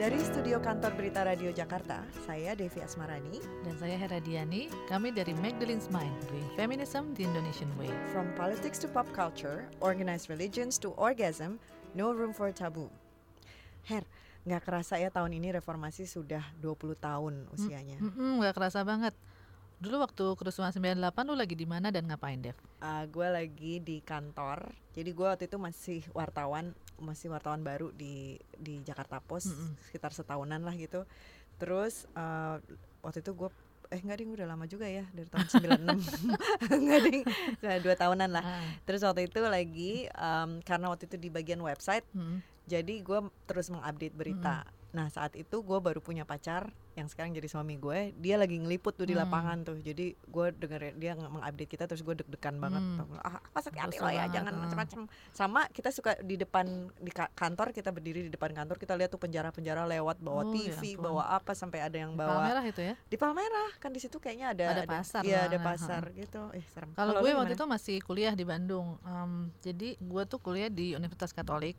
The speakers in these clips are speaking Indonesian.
Dari studio kantor Berita Radio Jakarta, saya Devi Asmarani. Dan saya Heradiani, kami dari Magdalene's Mind, doing feminism the Indonesian way. From politics to pop culture, organized religions to orgasm, no room for taboo. Her, gak kerasa ya tahun ini reformasi sudah 20 tahun usianya. Gak kerasa banget. Dulu waktu kerusuhan 98 lu lagi di mana dan ngapain, Dev? Gue lagi di kantor. Jadi gue waktu itu masih wartawan baru di Jakarta Post, sekitar setahunan lah gitu. Terus waktu itu gue udah lama juga ya, dari tahun 96. Enggak ding, 2 tahunan lah. Terus waktu itu lagi karena waktu itu di bagian website, jadi gue terus mengupdate berita. Nah saat itu gue baru punya pacar yang sekarang jadi suami gue. Dia lagi ngeliput tuh di lapangan tuh. Jadi gue denger dia mengupdate kita, terus gue deg-degan banget. Pas hati-hati lo ya, jangan macam-macam. Sama kita suka di depan di kantor, kita berdiri di depan kantor, kita lihat tuh penjara-penjara lewat, bawa TV, bawa apa, sampai ada yang bawa Palmerah itu ya? Di Palmerah kan, di situ kayaknya ada pasar. Iya, ada pasar gitu. Serem. Kalau gue waktu itu masih kuliah di Bandung. Jadi gue tuh kuliah di Universitas Katolik.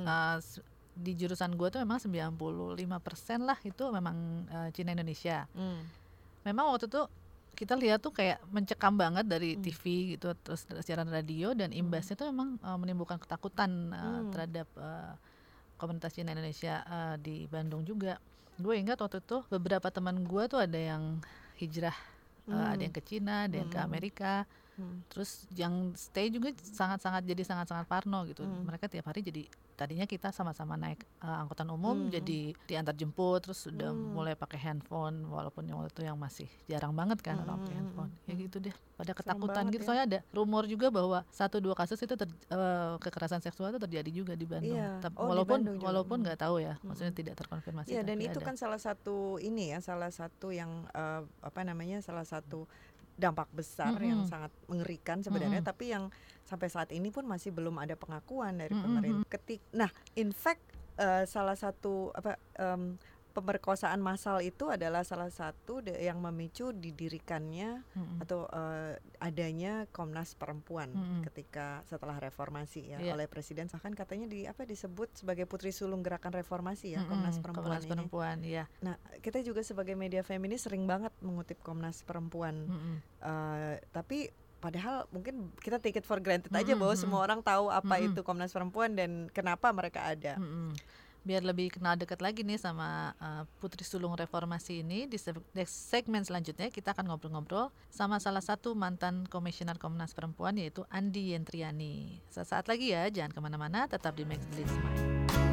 Di jurusan gue tuh memang 95% lah itu memang Cina Indonesia. Memang waktu itu kita lihat tuh kayak mencekam banget dari TV gitu, terus siaran radio, dan imbasnya tuh memang menimbulkan ketakutan terhadap komunitas Cina Indonesia di Bandung juga. Gue ingat waktu itu beberapa teman gue tuh ada yang hijrah, ada yang ke Cina, ada yang ke Amerika. Terus yang stay juga sangat-sangat parno gitu. Mereka tiap hari jadi, tadinya kita sama-sama naik angkutan umum, jadi diantar jemput, terus udah mulai pakai handphone, walaupun yang waktu itu yang masih jarang banget kan orang pakai handphone. Ya gitu deh, pada ketakutan gitu. Soalnya ada rumor juga bahwa 1-2 kasus itu kekerasan seksual itu terjadi juga di Bandung. Walaupun nggak tahu ya, maksudnya tidak terkonfirmasi. Iya, dan itu kan salah satu yang salah satu dampak besar yang sangat mengerikan sebenarnya, tapi yang sampai saat ini pun masih belum ada pengakuan dari pemerintah. Nah, in fact salah satu pemerkosaan massal itu adalah salah satu yang memicu didirikannya atau adanya Komnas Perempuan ketika setelah reformasi oleh presiden. Bahkan katanya disebut sebagai putri sulung gerakan reformasi ya, Komnas Perempuan ini. Nah, kita juga sebagai media feminis sering banget mengutip Komnas Perempuan. Tapi padahal mungkin kita take it for granted aja bahwa semua orang tahu apa itu Komnas Perempuan dan kenapa mereka ada. Biar lebih kenal dekat lagi nih sama putri sulung reformasi ini, di segmen selanjutnya kita akan ngobrol-ngobrol sama salah satu mantan komisioner Komnas Perempuan, yaitu Andi Yentriani. Sesaat lagi ya, jangan kemana-mana, tetap di Magdalene's Mind.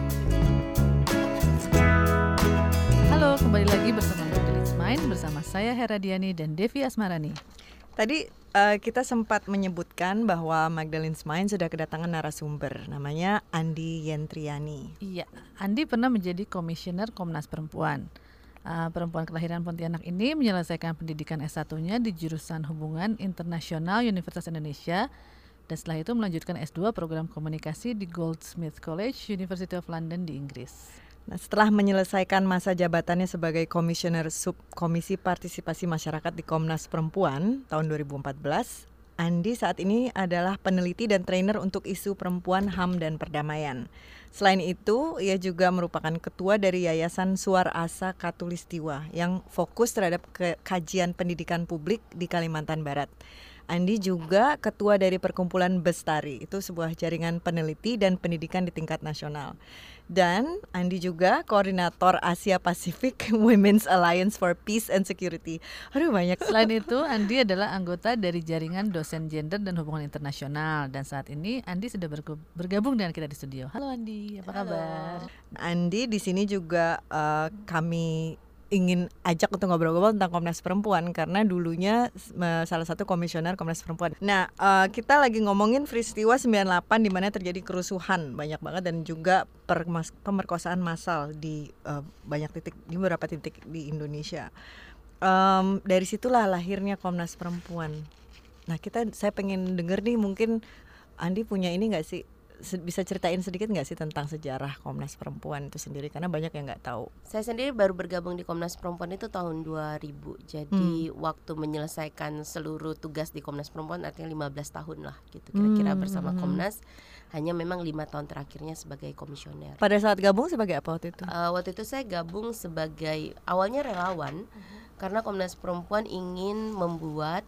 Halo, kembali lagi bersama Magdalene's Mind, bersama saya Heradiani dan Devi Asmarani. Tadi kita sempat menyebutkan bahwa Magdalene's Mind sudah kedatangan narasumber, namanya Andi Yentriani. Iya, Andi pernah menjadi komisioner Komnas Perempuan. Perempuan kelahiran Pontianak ini menyelesaikan pendidikan S1-nya di jurusan Hubungan Internasional Universitas Indonesia, dan setelah itu melanjutkan S2 program komunikasi di Goldsmiths College, University of London di Inggris. Nah, setelah menyelesaikan masa jabatannya sebagai Komisioner Subkomisi Partisipasi Masyarakat di Komnas Perempuan tahun 2014, Andi saat ini adalah peneliti dan trainer untuk isu perempuan, HAM, dan perdamaian. Selain itu, ia juga merupakan ketua dari Yayasan Suar Asa Katulistiwa yang fokus terhadap kajian pendidikan publik di Kalimantan Barat. Andi juga ketua dari Perkumpulan Bestari, itu sebuah jaringan peneliti dan pendidikan di tingkat nasional. Dan Andi juga koordinator Asia Pacific Women's Alliance for Peace and Security. Aduh, banyak. Selain itu, Andi adalah anggota dari jaringan dosen gender dan hubungan internasional. Dan saat ini Andi sudah bergabung dengan kita di studio. Halo Andi, apa kabar? Andi di sini juga kami ingin ajak untuk ngobrol-ngobrol tentang Komnas Perempuan karena dulunya salah satu komisioner Komnas Perempuan. Nah, kita lagi ngomongin peristiwa 98 di mana terjadi kerusuhan banyak banget dan juga pemerkosaan massal di banyak titik, di beberapa titik di Indonesia. Dari situlah lahirnya Komnas Perempuan. Nah, saya pengen denger nih, mungkin Andi punya ini nggak sih? Bisa ceritain sedikit nggak sih tentang sejarah Komnas Perempuan itu sendiri, karena banyak yang nggak tahu. Saya sendiri baru bergabung di Komnas Perempuan itu tahun 2000. Jadi waktu menyelesaikan seluruh tugas di Komnas Perempuan, artinya 15 tahun lah gitu kira-kira bersama Komnas. Hanya memang 5 tahun terakhirnya sebagai komisioner. Pada saat gabung sebagai apa waktu itu? Waktu itu saya gabung sebagai awalnya relawan, karena Komnas Perempuan ingin membuat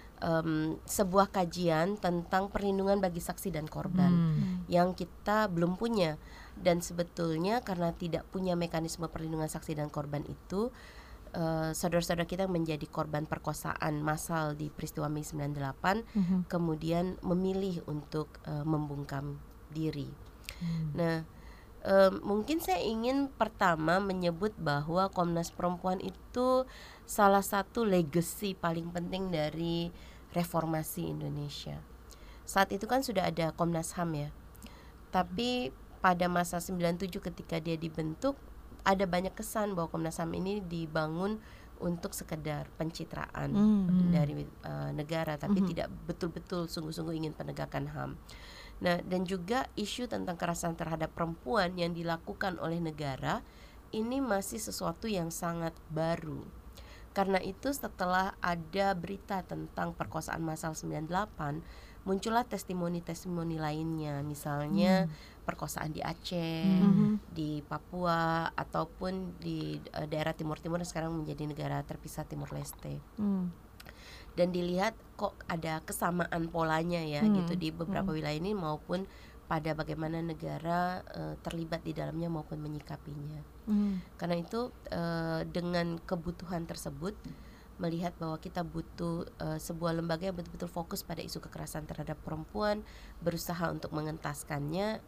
sebuah kajian tentang perlindungan bagi saksi dan korban yang kita belum punya. Dan sebetulnya karena tidak punya mekanisme perlindungan saksi dan korban itu, saudara-saudara kita menjadi korban perkosaan massal di peristiwa Mei 98 kemudian memilih untuk membungkam diri. Nah, mungkin saya ingin pertama menyebut bahwa Komnas Perempuan itu salah satu legacy paling penting dari reformasi Indonesia. Saat itu kan sudah ada Komnas HAM ya. Tapi pada masa 97 ketika dia dibentuk, ada banyak kesan bahwa Komnas HAM ini dibangun untuk sekedar pencitraan dari negara, tapi tidak betul-betul sungguh-sungguh ingin penegakan HAM. Nah, dan juga isu tentang kekerasan terhadap perempuan yang dilakukan oleh negara ini masih sesuatu yang sangat baru. Karena itu setelah ada berita tentang perkosaan massal 98, muncullah testimoni-testimoni lainnya, misalnya perkosaan di Aceh, di Papua, ataupun di daerah Timur-Timur yang sekarang menjadi negara terpisah Timur Leste. Dan dilihat kok ada kesamaan polanya ya gitu di beberapa wilayah ini, maupun pada bagaimana negara terlibat di dalamnya maupun menyikapinya. Karena itu dengan kebutuhan tersebut, melihat bahwa kita butuh sebuah lembaga yang betul-betul fokus pada isu kekerasan terhadap perempuan, berusaha untuk mengentaskannya,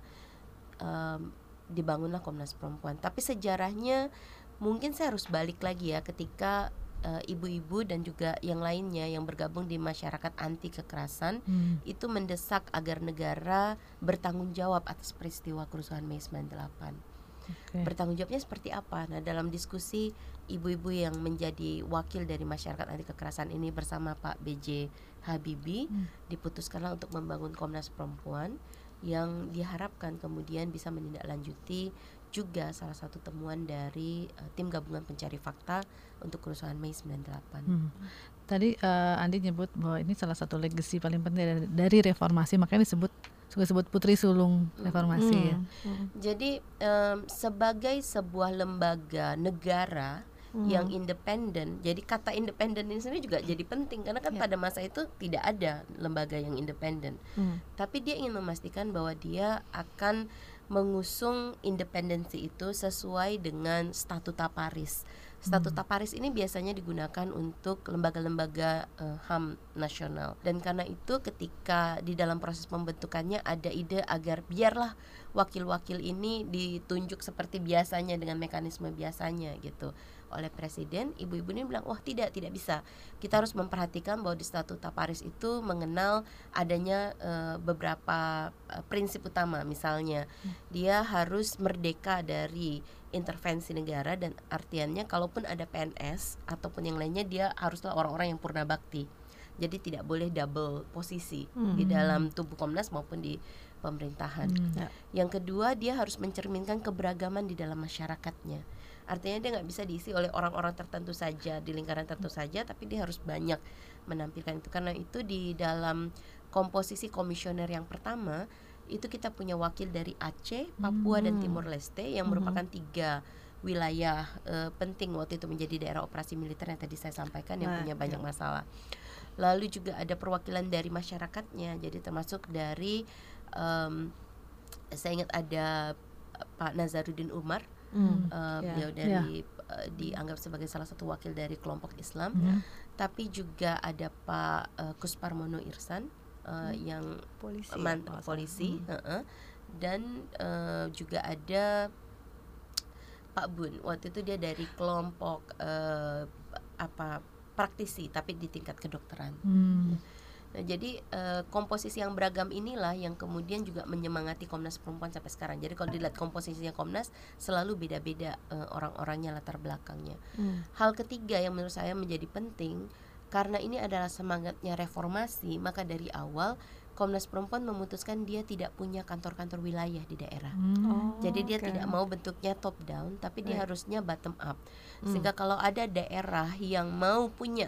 dibangunlah Komnas Perempuan. Tapi sejarahnya mungkin saya harus balik lagi ya, ketika ibu-ibu dan juga yang lainnya yang bergabung di masyarakat anti kekerasan itu mendesak agar negara bertanggung jawab atas peristiwa kerusuhan Mei 98. Bertanggung jawabnya seperti apa? Nah, dalam diskusi ibu-ibu yang menjadi wakil dari masyarakat anti kekerasan ini bersama Pak B.J. Habibie, diputuskanlah untuk membangun Komnas Perempuan yang diharapkan kemudian bisa menindaklanjuti juga salah satu temuan dari tim gabungan pencari fakta untuk kerusuhan Mei 98. Tadi Andi nyebut bahwa ini salah satu legacy paling penting dari reformasi, makanya disebut Putri Sulung reformasi ya. Jadi sebagai sebuah lembaga negara yang independen, jadi kata independen ini sendiri juga jadi penting, karena kan pada masa itu tidak ada lembaga yang independen. Tapi dia ingin memastikan bahwa dia akan mengusung independensi itu sesuai dengan Statuta Paris. Statuta Paris ini biasanya digunakan untuk lembaga-lembaga HAM nasional. Dan karena itu ketika di dalam proses pembentukannya ada ide agar biarlah wakil-wakil ini ditunjuk seperti biasanya dengan mekanisme biasanya gitu oleh presiden. Ibu-ibu ini bilang, wah tidak bisa. Kita harus memperhatikan bahwa di Statuta Paris itu mengenal adanya beberapa prinsip utama. Misalnya dia harus merdeka dari intervensi negara, dan artiannya kalaupun ada PNS ataupun yang lainnya, dia haruslah orang-orang yang purna bakti. Jadi tidak boleh double posisi di dalam tubuh Komnas maupun di pemerintahan. Yang kedua, dia harus mencerminkan keberagaman di dalam masyarakatnya. Artinya dia nggak bisa diisi oleh orang-orang tertentu saja, di lingkaran tertentu saja, tapi dia harus banyak menampilkan itu. Karena itu di dalam komposisi komisioner yang pertama itu kita punya wakil dari Aceh, Papua dan Timur Leste yang merupakan 3 wilayah penting waktu itu menjadi daerah operasi militer yang tadi saya sampaikan yang punya banyak masalah. Lalu juga ada perwakilan dari masyarakatnya, jadi termasuk dari saya ingat ada Pak Nazaruddin Umar, beliau dari dianggap sebagai salah satu wakil dari kelompok Islam, tapi juga ada Pak Kusparmono Irsan yang polisi, dan juga ada Pak Bun, waktu itu dia dari kelompok praktisi tapi di tingkat kedokteran. Nah, jadi komposisi yang beragam inilah yang kemudian juga menyemangati Komnas Perempuan sampai sekarang. Jadi kalau dilihat komposisinya Komnas selalu beda-beda orang-orangnya, latar belakangnya. Hal ketiga yang menurut saya menjadi penting, karena ini adalah semangatnya reformasi, maka dari awal Komnas Perempuan memutuskan dia tidak punya kantor-kantor wilayah di daerah. Jadi dia tidak mau bentuknya top down, tapi dia harusnya bottom up. Sehingga kalau ada daerah yang mau punya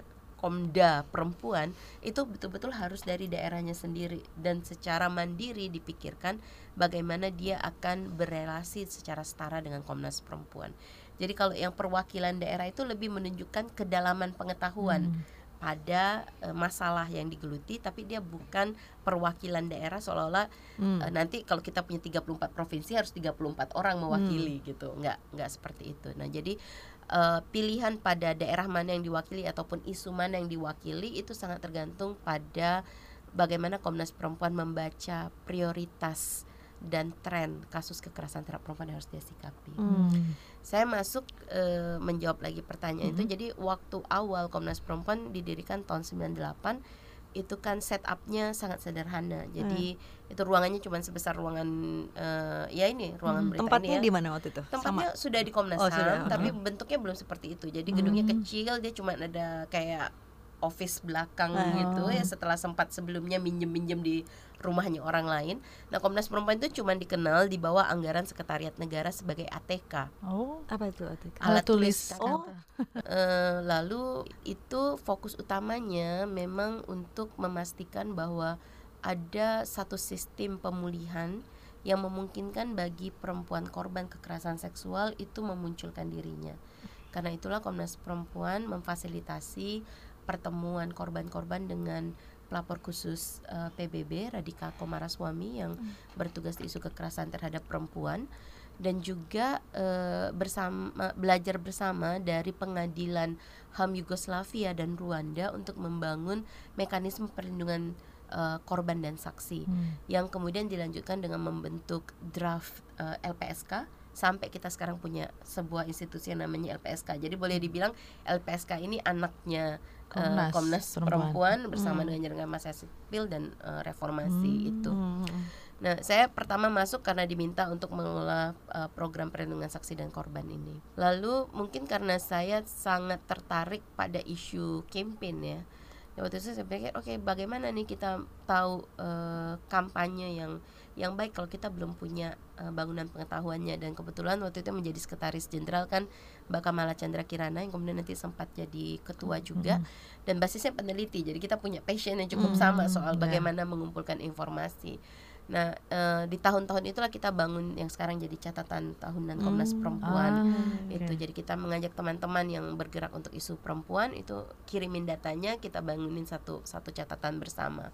Komda perempuan itu betul-betul harus dari daerahnya sendiri dan secara mandiri dipikirkan bagaimana dia akan berelasi secara setara dengan Komnas Perempuan. Jadi kalau yang perwakilan daerah itu lebih menunjukkan kedalaman pengetahuan pada masalah yang digeluti, tapi dia bukan perwakilan daerah seolah-olah nanti kalau kita punya 34 provinsi harus 34 orang mewakili gitu. Enggak seperti itu. Nah, jadi pilihan pada daerah mana yang diwakili ataupun isu mana yang diwakili itu sangat tergantung pada bagaimana Komnas Perempuan membaca prioritas dan tren kasus kekerasan terhadap perempuan yang harus dia sikapi. Saya masuk menjawab lagi pertanyaan itu. Jadi waktu awal Komnas Perempuan didirikan tahun 98 itu kan setupnya sangat sederhana. Jadi itu ruangannya cuma sebesar ruangan ruangan berita. Tempatnya ini di mana waktu itu? Tempatnya sudah di Komnas HAM, tapi bentuknya belum seperti itu. Jadi gedungnya kecil, dia cuma ada kayak office belakang gitu ya, setelah sempat sebelumnya minjem di rumahnya orang lain. Nah, Komnas Perempuan itu cuma dikenal di bawah anggaran Sekretariat Negara sebagai ATK. Apa itu ATK? Alat tulis kata. Lalu itu fokus utamanya memang untuk memastikan bahwa ada satu sistem pemulihan yang memungkinkan bagi perempuan korban kekerasan seksual itu memunculkan dirinya. Karena itulah Komnas Perempuan memfasilitasi pertemuan korban-korban dengan pelapor khusus PBB Radhika Komaraswamy yang bertugas di isu kekerasan terhadap perempuan, dan juga belajar bersama dari pengadilan HAM Yugoslavia dan Rwanda untuk membangun mekanisme perlindungan korban dan saksi yang kemudian dilanjutkan dengan membentuk draft LPSK sampai kita sekarang punya sebuah institusi yang namanya LPSK. Jadi boleh dibilang LPSK ini anaknya Komnas Perempuan bersama dengan jaringan masyarakat sipil dan reformasi itu. Nah, saya pertama masuk karena diminta untuk mengelola program perlindungan saksi dan korban ini. Lalu mungkin karena saya sangat tertarik pada isu campaign ya. Waktu itu saya pikir bagaimana nih kita tahu kampanye yang baik kalau kita belum punya bangunan pengetahuannya. Dan kebetulan waktu itu menjadi sekretaris jenderal kan Mbak Kamala Chandra Kirana yang kemudian nanti sempat jadi ketua juga, dan basisnya peneliti. Jadi kita punya passion yang cukup sama soal bagaimana mengumpulkan informasi. Nah, di tahun-tahun itulah kita bangun yang sekarang jadi catatan tahunan Komnas Perempuan. Jadi kita mengajak teman-teman yang bergerak untuk isu perempuan itu kirimin datanya, kita bangunin satu catatan bersama.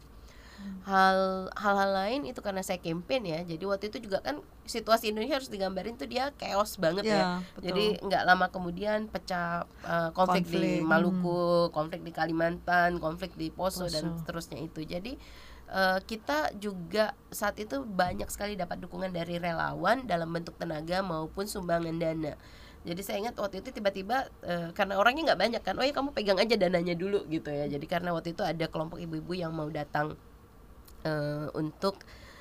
Hal-hal lain itu karena saya campaign ya. Jadi waktu itu juga kan situasi Indonesia harus digambarin tuh dia chaos banget ya. Betul. Jadi nggak lama kemudian pecah konflik di Maluku, konflik di Kalimantan, konflik di Poso dan seterusnya itu. Jadi kita juga saat itu banyak sekali dapat dukungan dari relawan dalam bentuk tenaga maupun sumbangan dana. Jadi saya ingat waktu itu tiba-tiba karena orangnya nggak banyak kan, kamu pegang aja dananya dulu gitu ya. Jadi karena waktu itu ada kelompok ibu-ibu yang mau datang untuk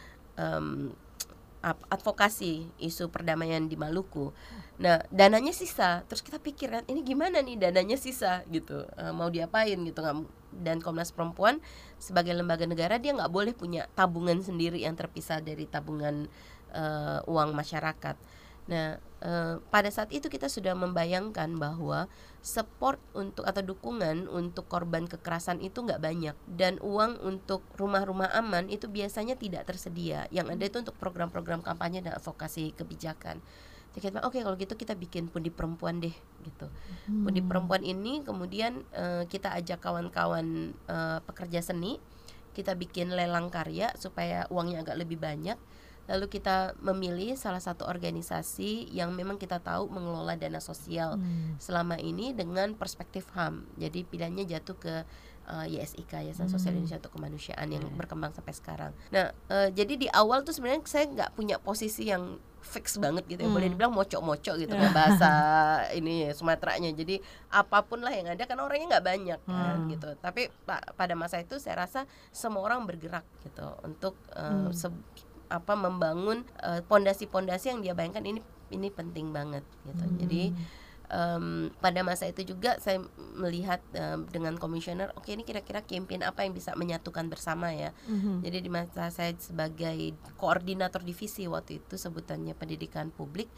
advokasi isu perdamaian di Maluku. Nah, dananya sisa. Terus kita pikir kan, ini gimana nih dananya sisa gitu, mau diapain gitu. Dan Komnas Perempuan sebagai lembaga negara dia nggak boleh punya tabungan sendiri yang terpisah dari tabungan uang masyarakat. Nah, pada saat itu kita sudah membayangkan bahwa support untuk atau dukungan untuk korban kekerasan itu nggak banyak, dan uang untuk rumah-rumah aman itu biasanya tidak tersedia. Yang ada itu untuk program-program kampanye dan advokasi kebijakan. Jadi kalau gitu kita bikin pundi perempuan deh gitu. Pundi perempuan ini kemudian kita ajak kawan-kawan pekerja seni, kita bikin lelang karya supaya uangnya agak lebih banyak. Lalu kita memilih salah satu organisasi yang memang kita tahu mengelola dana sosial selama ini dengan perspektif HAM. Jadi pilihannya jatuh ke YSIK, Yayasan Sosial Indonesia untuk Kemanusiaan yang berkembang sampai sekarang. Nah, jadi di awal tuh sebenarnya saya nggak punya posisi yang fix banget gitu ya. Boleh dibilang mocok-mocok gitu kan bahasa ini Sumateranya. Jadi apapun lah yang ada, karena orangnya nggak banyak kan gitu. Tapi pada masa itu saya rasa semua orang bergerak gitu untuk membangun pondasi-pondasi yang dia bayangkan ini penting banget gitu. Jadi pada masa itu juga saya melihat dengan komisioner, ini kira-kira campaign apa yang bisa menyatukan bersama ya. Jadi di masa saya sebagai koordinator divisi waktu itu sebutannya pendidikan publik,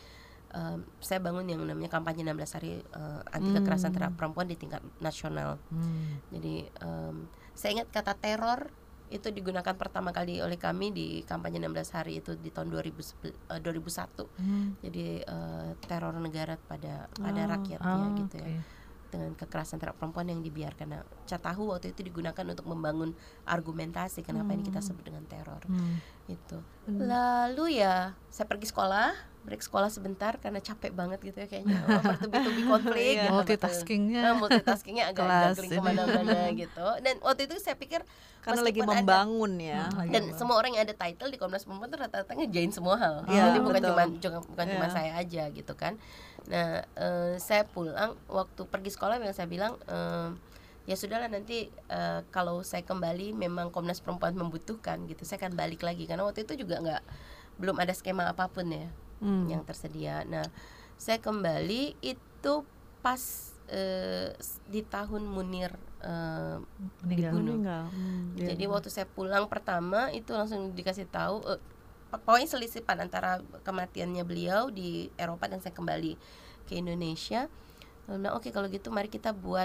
saya bangun yang namanya kampanye 16 hari anti kekerasan terhadap perempuan di tingkat nasional. Jadi saya ingat kata teror itu digunakan pertama kali oleh kami di kampanye 16 hari itu di tahun 2001. Jadi teror negara pada rakyatnya gitu ya, dengan kekerasan terhadap perempuan yang dibiarkan. Nah, Catahu waktu itu digunakan untuk membangun argumentasi kenapa ini kita sebut dengan teror. Itu. Lalu ya saya pergi sekolah, break sekolah sebentar karena capek banget gitu ya kayaknya. Bertubi-tubi konflik gitu. Multitaskingnya agak garing kemana-mana gitu. Dan waktu itu saya pikir karena lagi membangun dan semua orang yang ada title di Komnas Perempuan tuh rata-rata ngejain semua hal. Jadi bukan cuma saya aja gitu kan. Nah, saya pulang waktu pergi sekolah yang saya bilang ya sudahlah nanti kalau saya kembali memang Komnas Perempuan membutuhkan gitu, saya akan balik lagi karena waktu itu juga belum ada skema apapun ya yang tersedia. Nah, saya kembali itu pas di tahun Munir dibunuh. Jadi waktu saya pulang pertama itu langsung dikasih tahu pokoknya selisipan antara kematiannya beliau di Eropa dan saya kembali ke Indonesia. Nah, oke, kalau gitu mari kita buat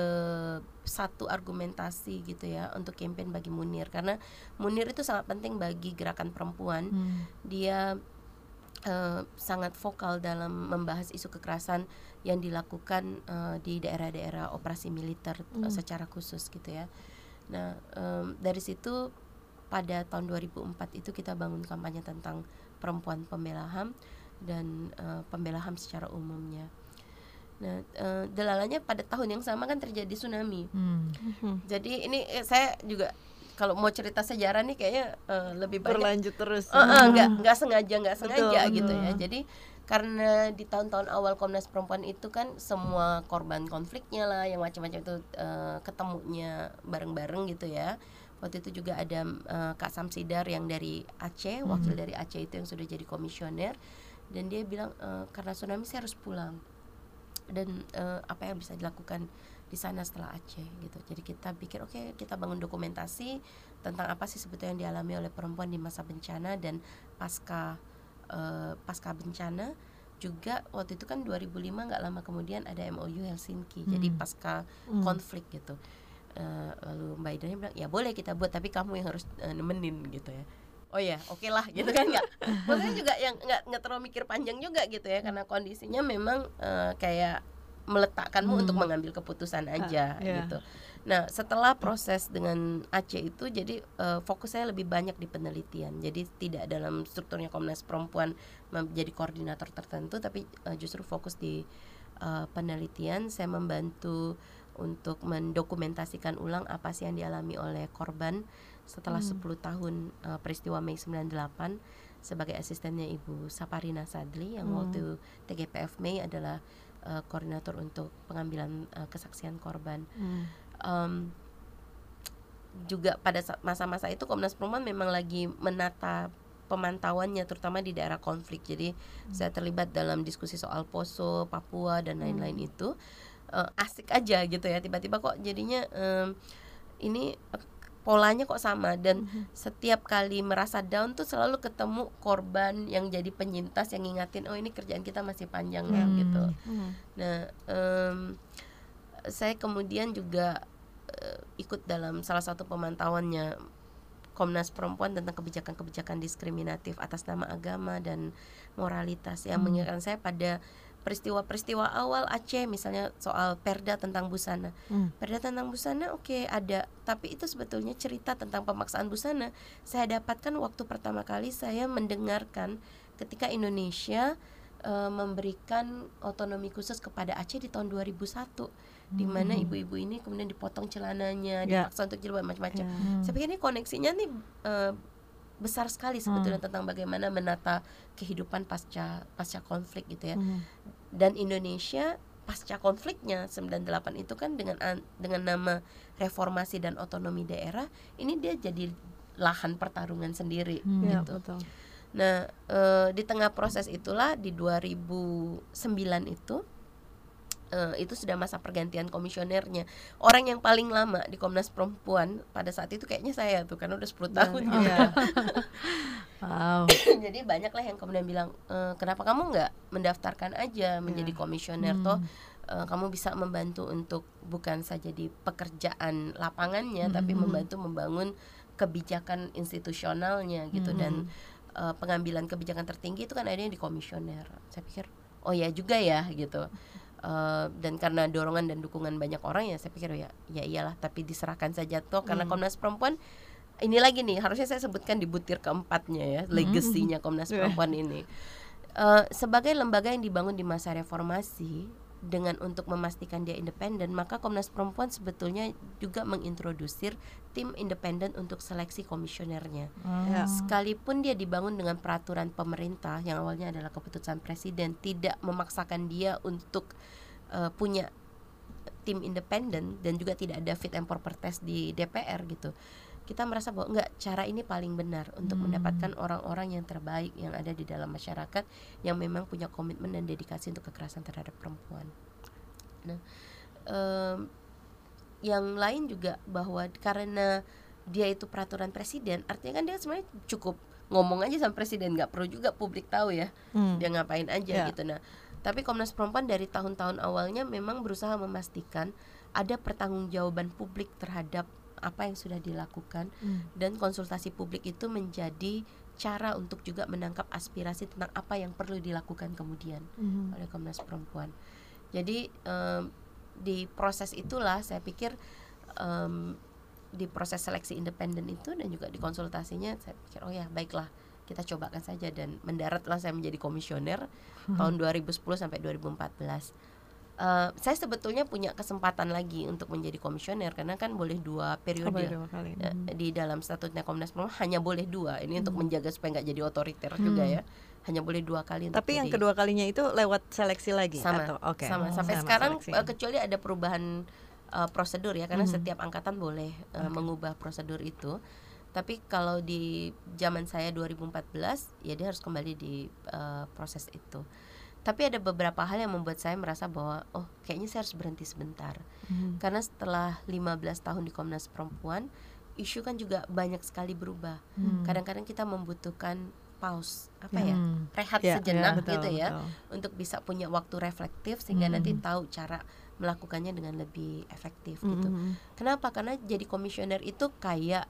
satu argumentasi gitu ya untuk campaign bagi Munir, karena Munir itu sangat penting bagi gerakan perempuan. Dia sangat vokal dalam membahas isu kekerasan yang dilakukan di daerah-daerah operasi militer secara khusus gitu ya. Nah, dari situ pada tahun 2004 itu kita bangun kampanye tentang perempuan pembela HAM dan pembela HAM secara umumnya. Nah, delalannya pada tahun yang sama kan terjadi tsunami. Jadi ini saya juga kalau mau cerita sejarah nih kayaknya lebih banyak berlanjut terus. Nggak sengaja gitu ya. Jadi karena di tahun-tahun awal Komnas Perempuan itu kan semua korban konfliknya lah yang macam-macam itu ketemunya bareng-bareng gitu ya. Waktu itu juga ada Kak Samsidar yang dari Aceh, wakil dari Aceh itu yang sudah jadi komisioner, dan dia bilang karena tsunami saya harus pulang. Dan apa yang bisa dilakukan di sana setelah Aceh gitu. Jadi kita pikir oke, kita bangun dokumentasi tentang apa sih sebetulnya yang dialami oleh perempuan di masa bencana dan pasca bencana. Juga waktu itu kan 2005 nggak lama kemudian ada MOU Helsinki. Jadi pasca konflik gitu. Lalu Mbak Idanya bilang ya boleh kita buat, tapi kamu yang harus nemenin gitu ya. Oh ya, oke lah gitu kan, maksudnya juga yang nggak terlalu mikir panjang juga gitu ya, karena kondisinya memang kayak meletakkanmu untuk mengambil keputusan aja gitu. Nah, setelah proses dengan Aceh itu, jadi fokus saya lebih banyak di penelitian. Jadi tidak dalam strukturnya Komnas Perempuan menjadi koordinator tertentu, tapi justru fokus di penelitian. Saya membantu untuk mendokumentasikan ulang apa sih yang dialami oleh korban setelah 10 tahun peristiwa Mei 98 sebagai asistennya Ibu Saparina Sadli yang waktu TGPF Mei adalah koordinator untuk pengambilan kesaksian korban. Juga pada masa-masa itu Komnas Perempuan memang lagi menata pemantauannya terutama di daerah konflik. Jadi saya terlibat dalam diskusi soal Poso, Papua dan lain-lain itu. Asik aja gitu ya, tiba-tiba kok jadinya ini polanya kok sama, dan setiap kali merasa down tuh selalu ketemu korban yang jadi penyintas yang ngingatin oh ini kerjaan kita masih panjang ya gitu. Nah, saya kemudian juga ikut dalam salah satu pemantauannya Komnas Perempuan tentang kebijakan-kebijakan diskriminatif atas nama agama dan moralitas yang mengingatkan saya pada peristiwa-peristiwa awal Aceh, misalnya soal perda tentang busana. Perda tentang busana oke, ada, tapi itu sebetulnya cerita tentang pemaksaan busana saya dapatkan waktu pertama kali saya mendengarkan ketika Indonesia memberikan otonomi khusus kepada Aceh di tahun 2001, di mana ibu-ibu ini kemudian dipotong celananya, dipaksa untuk jilbab macam-macam. Saya pikir ini koneksinya nih besar sekali sebetulnya tentang bagaimana menata kehidupan pasca konflik gitu ya. Dan Indonesia pasca konfliknya 98 itu kan dengan nama reformasi dan otonomi daerah, ini dia jadi lahan pertarungan sendiri gitu. Betul. Nah, di tengah proses itulah di 2009 itu itu sudah masa pergantian komisionernya. Orang yang paling lama di Komnas Perempuan pada saat itu kayaknya saya tuh, karena udah 10 tahun gitu. Wow. Jadi banyaklah yang kemudian bilang, kenapa kamu nggak mendaftarkan aja menjadi komisioner, toh kamu bisa membantu untuk bukan saja di pekerjaan lapangannya, tapi membantu membangun kebijakan institusionalnya gitu. Dan pengambilan kebijakan tertinggi itu kan ada yang di komisioner. Saya pikir oh ya juga ya gitu. Dan karena dorongan dan dukungan banyak orang, ya saya pikir ya iyalah, tapi diserahkan saja toh, karena Komnas Perempuan ini lagi nih, harusnya saya sebutkan di butir keempatnya ya, legasinya Komnas Perempuan ini. Sebagai lembaga yang dibangun di masa reformasi dengan untuk memastikan dia independen, maka Komnas Perempuan sebetulnya juga mengintrodusir tim independen untuk seleksi komisionernya. Sekalipun dia dibangun dengan peraturan pemerintah yang awalnya adalah keputusan presiden, tidak memaksakan dia untuk punya tim independen, dan juga tidak ada fit and proper test di DPR gitu. Kita merasa bahwa enggak, cara ini paling benar untuk mendapatkan orang-orang yang terbaik yang ada di dalam masyarakat, yang memang punya komitmen dan dedikasi untuk kekerasan terhadap perempuan. Nah, yang lain juga bahwa karena dia itu peraturan presiden, artinya kan dia sebenarnya cukup ngomong aja sama presiden, nggak perlu juga publik tahu ya dia ngapain aja gitu. Nah, tapi Komnas Perempuan dari tahun-tahun awalnya memang berusaha memastikan ada pertanggungjawaban publik terhadap apa yang sudah dilakukan, dan konsultasi publik itu menjadi cara untuk juga menangkap aspirasi tentang apa yang perlu dilakukan kemudian oleh Komnas Perempuan. Jadi di proses itulah saya pikir, di proses seleksi independen itu dan juga di konsultasinya, saya pikir oh ya baiklah, kita cobakan saja, dan mendaratlah saya menjadi komisioner tahun 2010 sampai 2014. Saya sebetulnya punya kesempatan lagi untuk menjadi komisioner, karena kan boleh 2 periode. Di dalam statutnya Komnas Perempuan hanya boleh 2. Ini untuk menjaga supaya nggak jadi otoriter juga ya. Hanya boleh 2 kali. Tapi yang kedua kalinya itu lewat seleksi lagi? Sama, atau? Sama. Sampai sekarang kecuali ada perubahan prosedur ya, karena setiap angkatan boleh mengubah prosedur itu. Tapi kalau di zaman saya 2014, ya dia harus kembali di proses itu. Tapi ada beberapa hal yang membuat saya merasa bahwa oh kayaknya saya harus berhenti sebentar. Karena setelah 15 tahun di Komnas Perempuan, isu kan juga banyak sekali berubah. Kadang-kadang kita membutuhkan pause, rehat sejenak gitu ya, untuk bisa punya waktu reflektif sehingga nanti tahu cara melakukannya dengan lebih efektif gitu. Kenapa? Karena jadi komisioner itu kayak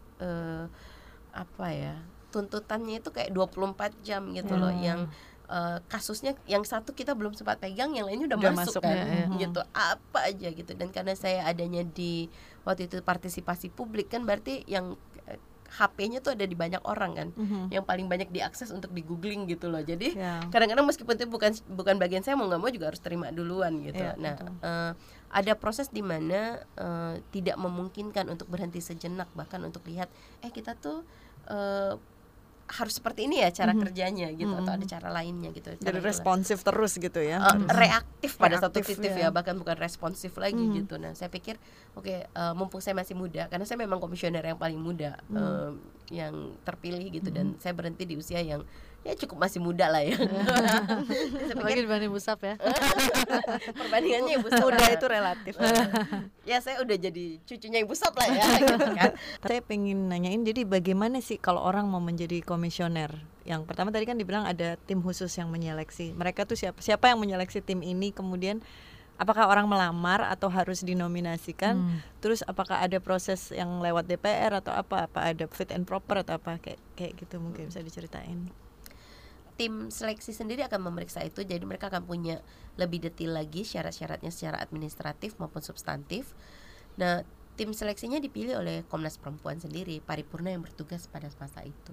tuntutannya itu kayak 24 jam gitu loh, yang kasusnya yang satu kita belum sempat pegang, yang lainnya udah masuk kan, gitu apa aja gitu. Dan karena saya adanya di waktu itu partisipasi publik, kan berarti yang HP-nya tuh ada di banyak orang kan, yang paling banyak diakses untuk di googling gitu loh. Jadi kadang-kadang meskipun itu bukan bagian saya, mau nggak mau juga harus terima duluan gitu. Ada proses di mana tidak memungkinkan untuk berhenti sejenak, bahkan untuk lihat kita tuh harus seperti ini ya cara kerjanya gitu, atau ada cara lainnya gitu. Jadi responsif terus gitu ya. Reaktif pada satu titik ya, bahkan bukan responsif lagi gitu. Nah, saya pikir mumpung saya masih muda, karena saya memang komisioner yang paling muda yang terpilih gitu, dan saya berhenti di usia yang ya cukup masih muda lah ya. Lagi dibanding Busap ya. Perbandingannya Ibu Sap. Muda itu relatif. Ya saya udah jadi cucunya Ibu Sap lah ya gitu kan. Saya pengen nanyain, jadi bagaimana sih kalau orang mau menjadi komisioner? Yang pertama tadi kan dibilang ada tim khusus yang menyeleksi. Mereka tuh siapa yang menyeleksi tim ini? Kemudian apakah orang melamar atau harus dinominasikan? Terus apakah ada proses yang lewat DPR atau apa ada fit and proper atau apa kayak gitu, mungkin bisa diceritain. Tim seleksi sendiri akan memeriksa itu, jadi mereka akan punya lebih detail lagi syarat-syaratnya secara administratif maupun substantif. Nah, tim seleksinya dipilih oleh Komnas Perempuan sendiri, paripurna yang bertugas pada masa itu.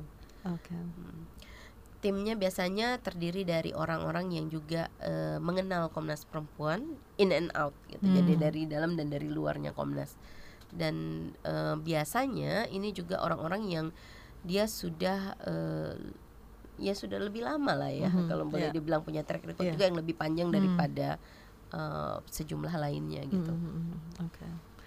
Timnya biasanya terdiri dari orang-orang yang juga mengenal Komnas Perempuan in and out gitu. Jadi dari dalam dan dari luarnya Komnas. Dan biasanya ini juga orang-orang yang dia sudah sudah lebih lama lah ya, kalau boleh dibilang punya track record juga yang lebih panjang daripada sejumlah lainnya gitu.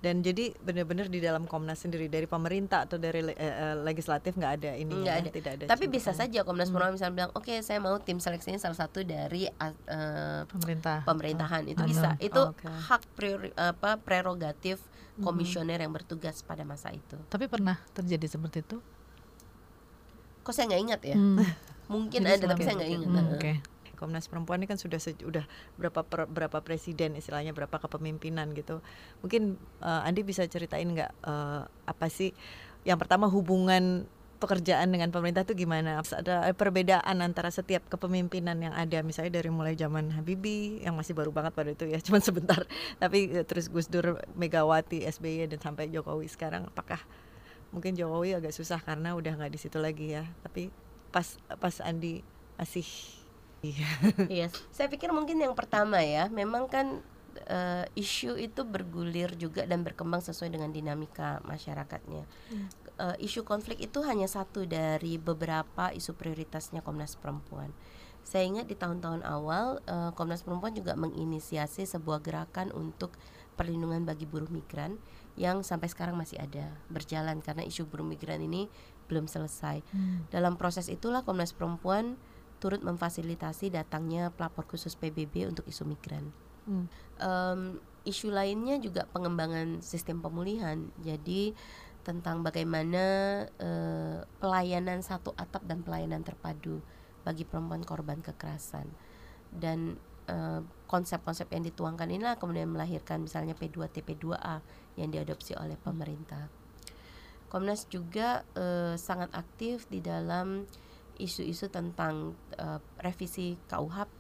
Dan jadi benar-benar di dalam Komnas sendiri dari pemerintah atau dari legislatif nggak ada ini Nggak ya, ada. tidak ada. Tapi bisa saja Komnas Perempuan misalnya bilang, oke, saya mau tim seleksinya salah satu dari pemerintahan. Itu bisa. Itu hak prerogatif komisioner yang bertugas pada masa itu. Tapi pernah terjadi seperti itu? Kok saya nggak ingat ya? Mungkin Jadi ada, tapi saya nggak ingat. Komnas Perempuan ini kan sudah berapa presiden istilahnya, berapa kepemimpinan gitu. Mungkin Andi bisa ceritain nggak apa sih yang pertama hubungan pekerjaan dengan pemerintah itu gimana? Ada perbedaan antara setiap kepemimpinan yang ada, misalnya dari mulai zaman Habibie yang masih baru banget pada itu ya, cuma sebentar, tapi terus Gus Dur, Megawati, SBY dan sampai Jokowi sekarang. Apakah mungkin Jokowi agak susah karena udah nggak di situ lagi ya, tapi pas Andi masih Iya, saya pikir mungkin yang pertama ya, memang kan isu itu bergulir juga dan berkembang sesuai dengan dinamika masyarakatnya. Isu konflik itu hanya satu dari beberapa isu prioritasnya Komnas Perempuan. Saya ingat di tahun-tahun awal Komnas Perempuan juga menginisiasi sebuah gerakan untuk perlindungan bagi buruh migran yang sampai sekarang masih ada berjalan karena isu buruh migran ini belum selesai. Dalam proses itulah Komnas Perempuan turut memfasilitasi datangnya pelapor khusus PBB untuk isu migran. Isu lainnya juga pengembangan sistem pemulihan. Jadi tentang bagaimana pelayanan satu atap dan pelayanan terpadu bagi perempuan korban kekerasan. Dan konsep-konsep yang dituangkan inilah kemudian melahirkan misalnya P2T, P2A yang diadopsi oleh pemerintah. Komnas juga sangat aktif di dalam isu-isu tentang revisi KUHP,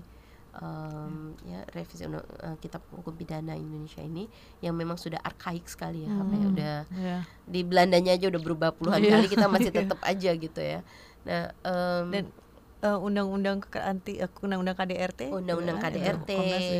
ya, revisi Kitab Hukum Pidana Indonesia ini yang memang sudah arkaik sekali ya, udah di Belandanya aja udah berubah puluhan kali, kita masih tetap aja gitu ya. Nah, dan undang-undang KDRT, undang-undang KDRT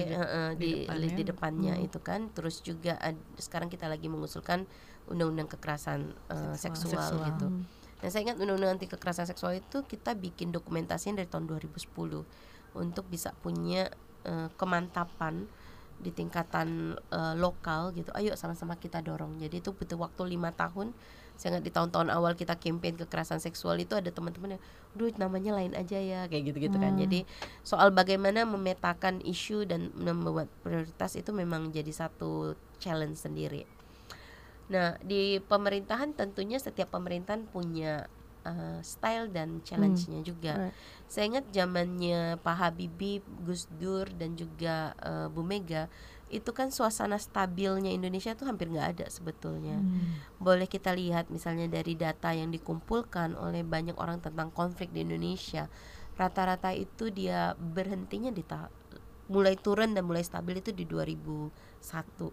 di depannya itu kan, terus juga sekarang kita lagi mengusulkan undang-undang kekerasan seksual gitu. Nah, saya ingat undang-undang anti kekerasan seksual itu kita bikin dokumentasinya dari tahun 2010 untuk bisa punya kemantapan di tingkatan lokal gitu. Ayo sama-sama kita dorong. Jadi itu butuh waktu 5 tahun. Saya ingat di tahun-tahun awal kita campaign kekerasan seksual itu ada teman-teman yang, duh namanya lain aja ya, kayak gitu-gitu kan. Jadi soal bagaimana memetakan isu dan membuat prioritas itu memang jadi satu challenge sendiri. Nah, di pemerintahan tentunya setiap pemerintahan punya style dan challenge-nya juga. Saya ingat zamannya Pak Habibie, Gus Dur dan juga Bu Mega, itu kan suasana stabilnya Indonesia tuh hampir nggak ada sebetulnya. Boleh kita lihat misalnya dari data yang dikumpulkan oleh banyak orang tentang konflik di Indonesia, rata-rata itu dia berhentinya mulai turun dan mulai stabil itu di 2001.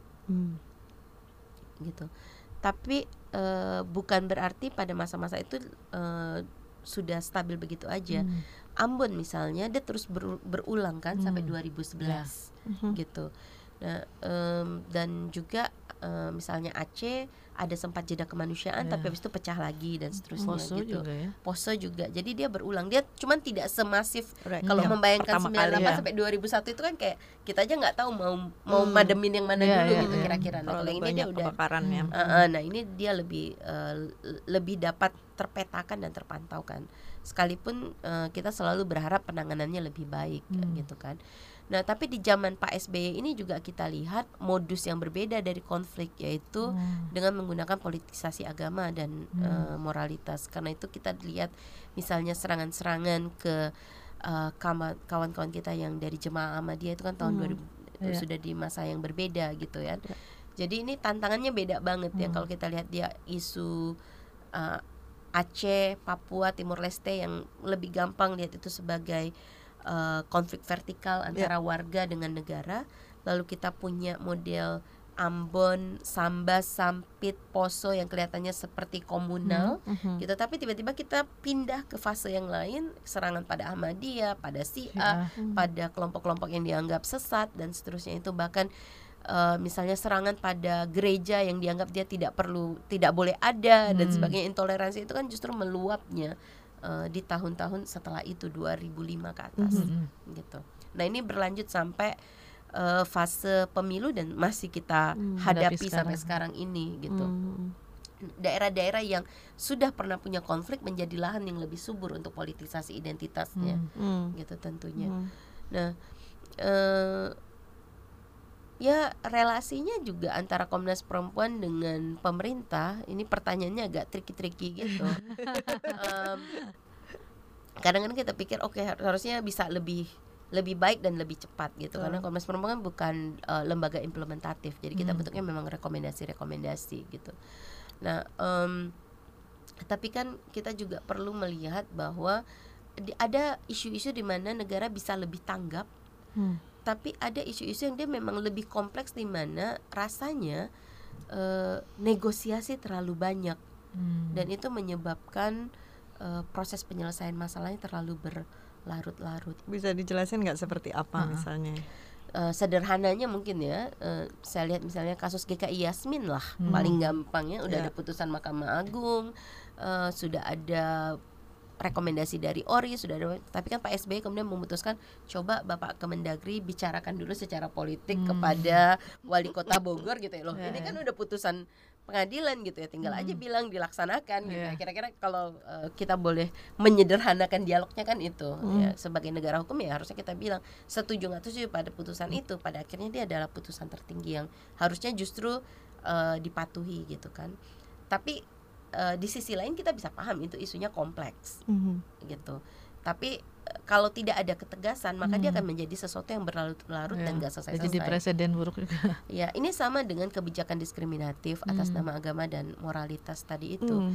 Gitu. Tapi bukan berarti pada masa-masa itu sudah stabil begitu aja. Ambon misalnya dia terus berulang kan sampai 2011 gitu. Nah, dan juga misalnya Aceh ada sempat jeda kemanusiaan tapi habis itu pecah lagi dan seterusnya. Poso gitu. Juga ya. Poso juga. Jadi dia berulang. Dia cuman tidak semasif kalau membayangkan 98 sampai 2001 itu kan kayak kita aja nggak tahu mau mademin yang mana dulu gitu kira-kira. Nah, kalau ini dia udah kebakarannya. Nah, ini dia lebih dapat terpetakan dan terpantau kan. Sekalipun kita selalu berharap penanganannya lebih baik gitu kan. Nah, tapi di zaman Pak SBY ini juga kita lihat modus yang berbeda dari konflik, yaitu dengan menggunakan politisasi agama dan moralitas. Karena itu kita lihat misalnya serangan-serangan ke kawan-kawan kita yang dari Jemaah Ahmadiyah itu kan tahun 2000 sudah di masa yang berbeda gitu ya. Jadi ini tantangannya beda banget ya kalau kita lihat dia isu Aceh, Papua, Timur Leste yang lebih gampang lihat itu sebagai konflik vertikal antara warga dengan negara. Lalu kita punya model Ambon, Sambas, Sampit, Poso yang kelihatannya seperti komunal gitu, tapi tiba-tiba kita pindah ke fase yang lain, serangan pada Ahmadiyah, pada Syiah, pada kelompok-kelompok yang dianggap sesat dan seterusnya itu. Bahkan misalnya serangan pada gereja yang dianggap dia tidak boleh ada dan sebagainya. Intoleransi itu kan justru meluapnya di tahun-tahun setelah itu 2005 ke atas gitu. Nah, ini berlanjut sampai fase pemilu dan masih kita hadapi sampai sekarang ini gitu. Daerah-daerah yang sudah pernah punya konflik menjadi lahan yang lebih subur untuk politisasi identitasnya, gitu tentunya. Nah, ya relasinya juga antara Komnas Perempuan dengan pemerintah ini pertanyaannya agak tricky gitu. Kadang-kadang kita pikir oke, harusnya bisa lebih baik dan lebih cepat gitu, karena Komnas Perempuan kan bukan lembaga implementatif, jadi kita bentuknya memang rekomendasi gitu. Nah, tapi kan kita juga perlu melihat bahwa ada isu-isu di mana negara bisa lebih tanggap, tapi ada isu-isu yang dia memang lebih kompleks di mana rasanya negosiasi terlalu banyak, dan itu menyebabkan proses penyelesaian masalahnya terlalu berlarut-larut. Bisa dijelasin nggak seperti apa misalnya? Sederhananya mungkin ya, saya lihat misalnya kasus GKI Yasmin lah, paling gampangnya udah ada putusan Mahkamah Agung, sudah ada rekomendasi dari ORI, sudah ada, tapi kan Pak SBY kemudian memutuskan coba Bapak Kemendagri bicarakan dulu secara politik kepada Wali Kota Bogor gitu ya loh. Ini kan udah putusan pengadilan gitu ya, tinggal aja bilang dilaksanakan gitu. Kira-kira kalau kita boleh menyederhanakan dialognya kan itu ya, sebagai negara hukum ya harusnya kita bilang setuju nggak setuju pada putusan itu, pada akhirnya dia adalah putusan tertinggi yang harusnya justru dipatuhi gitu kan. Tapi di sisi lain kita bisa paham itu isunya kompleks gitu. Tapi kalau tidak ada ketegasan maka dia akan menjadi sesuatu yang berlarut-larut dan nggak selesai-selesai. Jadi presiden buruk juga. Ya, ini sama dengan kebijakan diskriminatif atas nama agama dan moralitas tadi itu.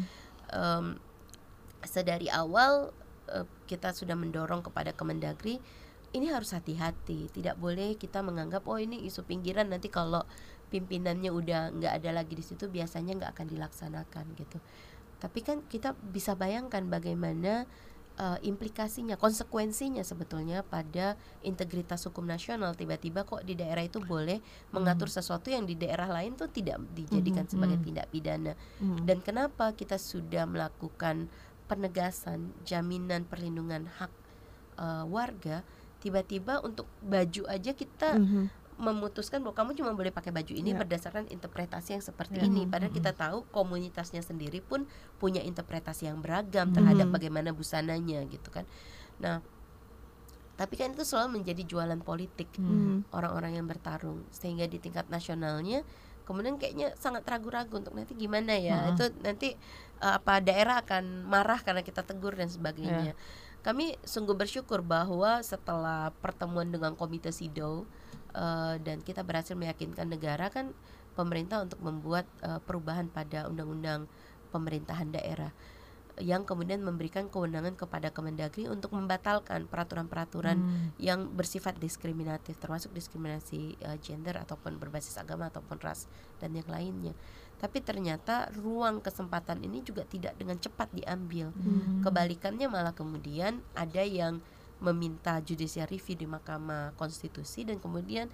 Sedari awal kita sudah mendorong kepada Kemendagri, ini harus hati-hati. Tidak boleh kita menganggap oh ini isu pinggiran, nanti kalau pimpinannya udah nggak ada lagi di situ biasanya nggak akan dilaksanakan gitu. Tapi kan kita bisa bayangkan bagaimana implikasinya, konsekuensinya sebetulnya pada integritas hukum nasional. Tiba-tiba kok di daerah itu boleh mengatur sesuatu yang di daerah lain tuh tidak dijadikan sebagai tindak pidana. Dan kenapa kita sudah melakukan penegasan jaminan perlindungan hak warga, tiba-tiba untuk baju aja kita memutuskan bahwa kamu cuma boleh pakai baju ini berdasarkan interpretasi yang seperti ini. Padahal kita tahu komunitasnya sendiri pun punya interpretasi yang beragam terhadap bagaimana busananya gitu kan. Nah, tapi kan itu selalu menjadi jualan politik orang-orang yang bertarung, sehingga di tingkat nasionalnya kemudian kayaknya sangat ragu-ragu untuk nanti gimana ya. Itu nanti apa daerah akan marah karena kita tegur dan sebagainya. Kami sungguh bersyukur bahwa setelah pertemuan dengan Komite SIDO dan kita berhasil meyakinkan negara kan pemerintah untuk membuat perubahan pada undang-undang pemerintahan daerah yang kemudian memberikan kewenangan kepada Kemendagri untuk membatalkan peraturan-peraturan yang bersifat diskriminatif, termasuk diskriminasi gender ataupun berbasis agama ataupun ras dan yang lainnya. Tapi ternyata ruang kesempatan ini juga tidak dengan cepat diambil. Kebalikannya malah kemudian ada yang meminta judicial review di Mahkamah Konstitusi dan kemudian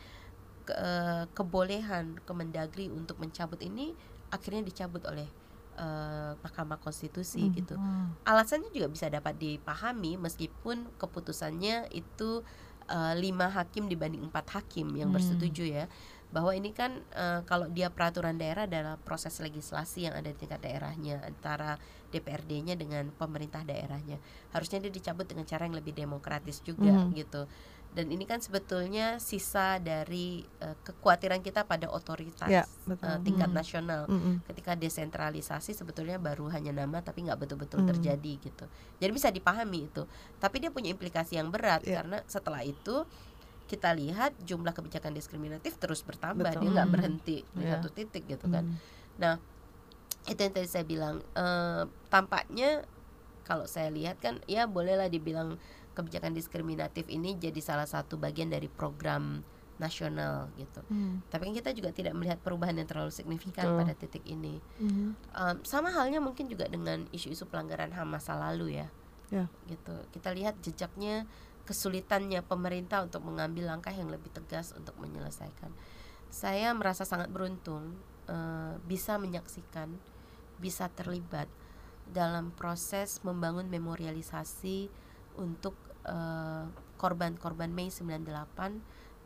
kebolehan Kemendagri untuk mencabut ini akhirnya dicabut oleh Mahkamah Konstitusi gitu. Alasannya juga bisa dapat dipahami meskipun keputusannya itu 5 hakim dibanding 4 hakim yang bersetuju ya, bahwa ini kan kalau dia peraturan daerah adalah proses legislasi yang ada di tingkat daerahnya antara DPRD-nya dengan pemerintah daerahnya. Harusnya dia dicabut dengan cara yang lebih demokratis juga gitu. Dan ini kan sebetulnya sisa dari kekhawatiran kita pada otoritas tingkat nasional. Ketika desentralisasi sebetulnya baru hanya nama tapi nggak betul-betul terjadi gitu. Jadi bisa dipahami itu. Tapi dia punya implikasi yang berat karena setelah itu kita lihat jumlah kebijakan diskriminatif terus bertambah. Dia nggak berhenti di satu titik gitu kan. Nah, itu yang tadi saya bilang, tampaknya kalau saya lihat kan ya bolehlah dibilang kebijakan diskriminatif ini jadi salah satu bagian dari program nasional gitu. Tapi kan kita juga tidak melihat perubahan yang terlalu signifikan pada titik ini. Sama halnya mungkin juga dengan isu-isu pelanggaran HAM masa lalu ya. Gitu. Kita lihat jejaknya, kesulitannya pemerintah untuk mengambil langkah yang lebih tegas untuk menyelesaikan. Saya merasa sangat beruntung bisa menyaksikan, bisa terlibat dalam proses membangun memorialisasi untuk korban-korban Mei 98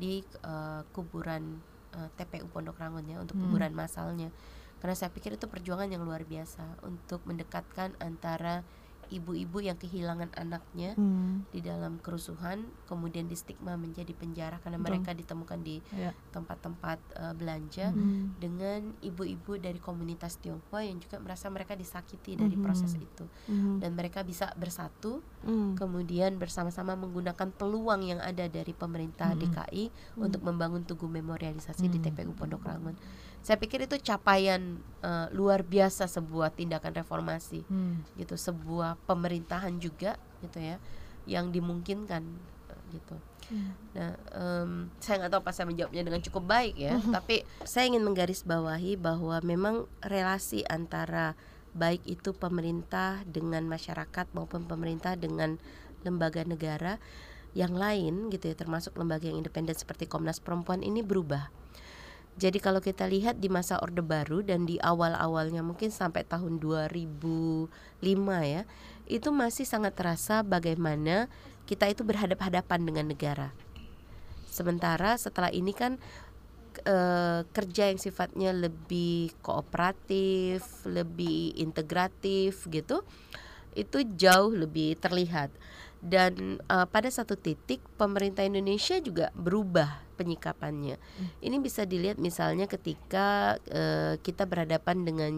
di kuburan TPU Pondok Rangon ya, untuk kuburan massalnya. Karena saya pikir itu perjuangan yang luar biasa untuk mendekatkan antara ibu-ibu yang kehilangan anaknya di dalam kerusuhan, kemudian di stigma menjadi penjara karena mereka ditemukan di tempat-tempat belanja, dengan ibu-ibu dari komunitas Tionghoa yang juga merasa mereka disakiti dari proses itu, dan mereka bisa bersatu, kemudian bersama-sama menggunakan peluang yang ada dari pemerintah DKI untuk membangun tugu memorialisasi di TPU Pondok Rangon. Saya pikir itu capaian luar biasa sebuah tindakan reformasi, gitu, sebuah pemerintahan juga, gitu ya, yang dimungkinkan, gitu. Nah, saya nggak tahu apa saya menjawabnya dengan cukup baik ya, tapi saya ingin menggarisbawahi bahwa memang relasi antara baik itu pemerintah dengan masyarakat maupun pemerintah dengan lembaga negara yang lain, gitu ya, termasuk lembaga yang independen seperti Komnas Perempuan ini berubah. Jadi kalau kita lihat di masa Orde Baru dan di awal-awalnya mungkin sampai tahun 2005 ya, itu masih sangat terasa bagaimana kita itu berhadap-hadapan dengan negara. Sementara setelah ini kan kerja yang sifatnya lebih kooperatif, lebih integratif gitu, itu jauh lebih terlihat. Dan pada satu titik pemerintah Indonesia juga berubah penyikapannya. Ini bisa dilihat misalnya ketika kita berhadapan dengan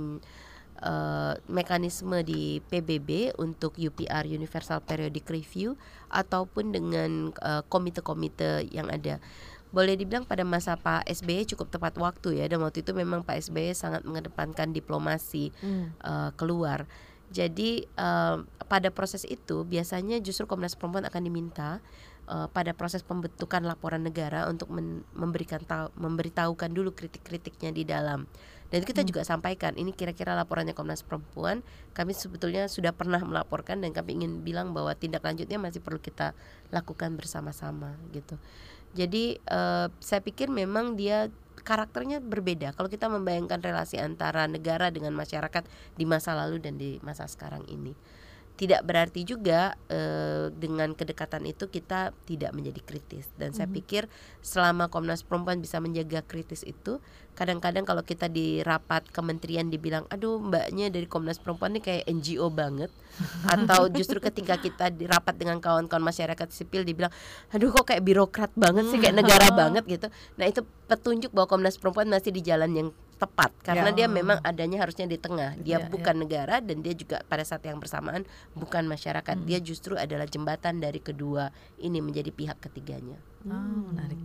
mekanisme di PBB untuk UPR Universal Periodic Review ataupun dengan komite-komite yang ada. Boleh dibilang pada masa Pak SBY cukup tepat waktu ya, dan waktu itu memang Pak SBY sangat mengedepankan diplomasi keluar. Jadi pada proses itu biasanya justru Komnas Perempuan akan diminta pada proses pembentukan laporan negara untuk memberitahukan dulu kritik-kritiknya di dalam. Dan kita juga sampaikan ini kira-kira laporannya Komnas Perempuan, kami sebetulnya sudah pernah melaporkan dan kami ingin bilang bahwa tindak lanjutnya masih perlu kita lakukan bersama-sama gitu. Jadi saya pikir memang dia karakternya berbeda kalau kita membayangkan relasi antara negara dengan masyarakat di masa lalu dan di masa sekarang ini. Tidak berarti juga dengan kedekatan itu kita tidak menjadi kritis. Dan saya pikir selama Komnas Perempuan bisa menjaga kritis itu, kadang-kadang kalau kita di rapat kementerian dibilang, aduh mbaknya dari Komnas Perempuan ini kayak NGO banget, atau justru ketika kita di rapat dengan kawan-kawan masyarakat sipil dibilang, aduh kok kayak birokrat banget sih, kayak negara banget gitu. Nah itu petunjuk bahwa Komnas Perempuan masih di jalan yang tepat, karena dia memang adanya harusnya di tengah. Dia bukan negara dan dia juga pada saat yang bersamaan bukan masyarakat. Dia justru adalah jembatan dari kedua ini menjadi pihak ketiganya. Menarik.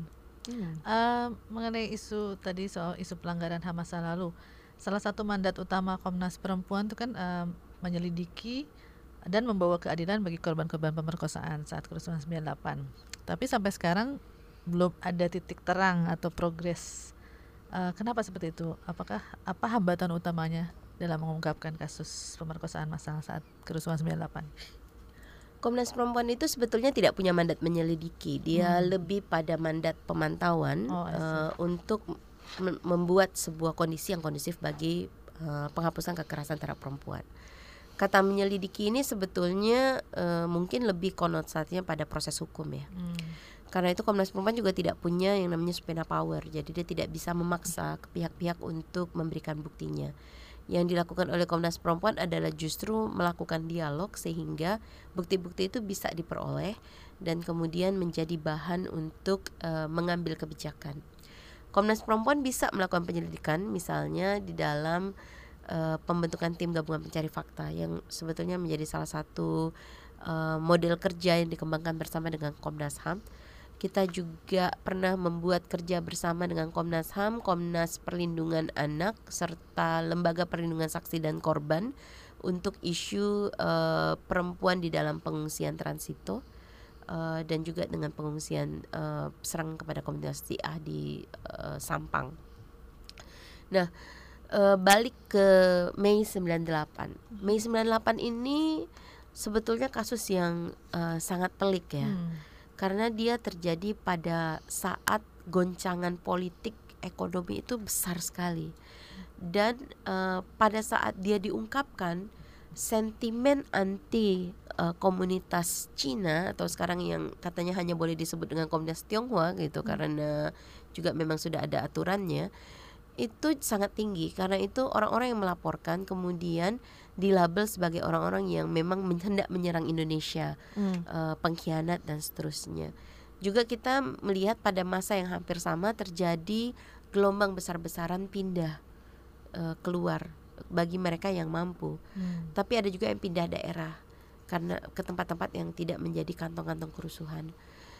Mengenai isu tadi soal isu pelanggaran HAM masa lalu, salah satu mandat utama Komnas Perempuan itu kan menyelidiki dan membawa keadilan bagi korban-korban pemerkosaan saat kerusuhan 98. Tapi sampai sekarang belum ada titik terang atau progres. Kenapa seperti itu? Apa hambatan utamanya dalam mengungkapkan kasus pemerkosaan massal saat kerusuhan 98? Komnas Perempuan itu sebetulnya tidak punya mandat menyelidiki. Dia lebih pada mandat pemantauan untuk membuat sebuah kondisi yang kondusif bagi penghapusan kekerasan terhadap perempuan. Kata menyelidiki ini sebetulnya mungkin lebih konotasinya pada proses hukum ya. Karena itu Komnas Perempuan juga tidak punya yang namanya subpoena power. Jadi dia tidak bisa memaksa pihak-pihak untuk memberikan buktinya. Yang dilakukan oleh Komnas Perempuan adalah justru melakukan dialog sehingga bukti-bukti itu bisa diperoleh dan kemudian menjadi bahan untuk mengambil kebijakan. Komnas Perempuan bisa melakukan penyelidikan misalnya di dalam pembentukan tim gabungan pencari fakta yang sebetulnya menjadi salah satu model kerja yang dikembangkan bersama dengan Komnas HAM. Kita juga pernah membuat kerja bersama dengan Komnas HAM, Komnas Perlindungan Anak, serta Lembaga Perlindungan Saksi dan Korban untuk isu perempuan di dalam pengungsian transito dan juga dengan pengungsian serangan kepada komunitas Syiah di Sampang. Nah, balik ke Mei 98. Mei 98 ini sebetulnya kasus yang sangat pelik ya. Karena dia terjadi pada saat goncangan politik ekonomi itu besar sekali. Dan pada saat dia diungkapkan sentimen anti komunitas Cina atau sekarang yang katanya hanya boleh disebut dengan komunitas Tionghoa gitu, karena juga memang sudah ada aturannya, itu sangat tinggi. Karena itu orang-orang yang melaporkan kemudian dilabel sebagai orang-orang yang memang hendak menyerang Indonesia, pengkhianat dan seterusnya. Juga kita melihat pada masa yang hampir sama terjadi gelombang besar-besaran pindah keluar bagi mereka yang mampu. Tapi ada juga yang pindah daerah karena ke tempat-tempat yang tidak menjadi kantong-kantong kerusuhan.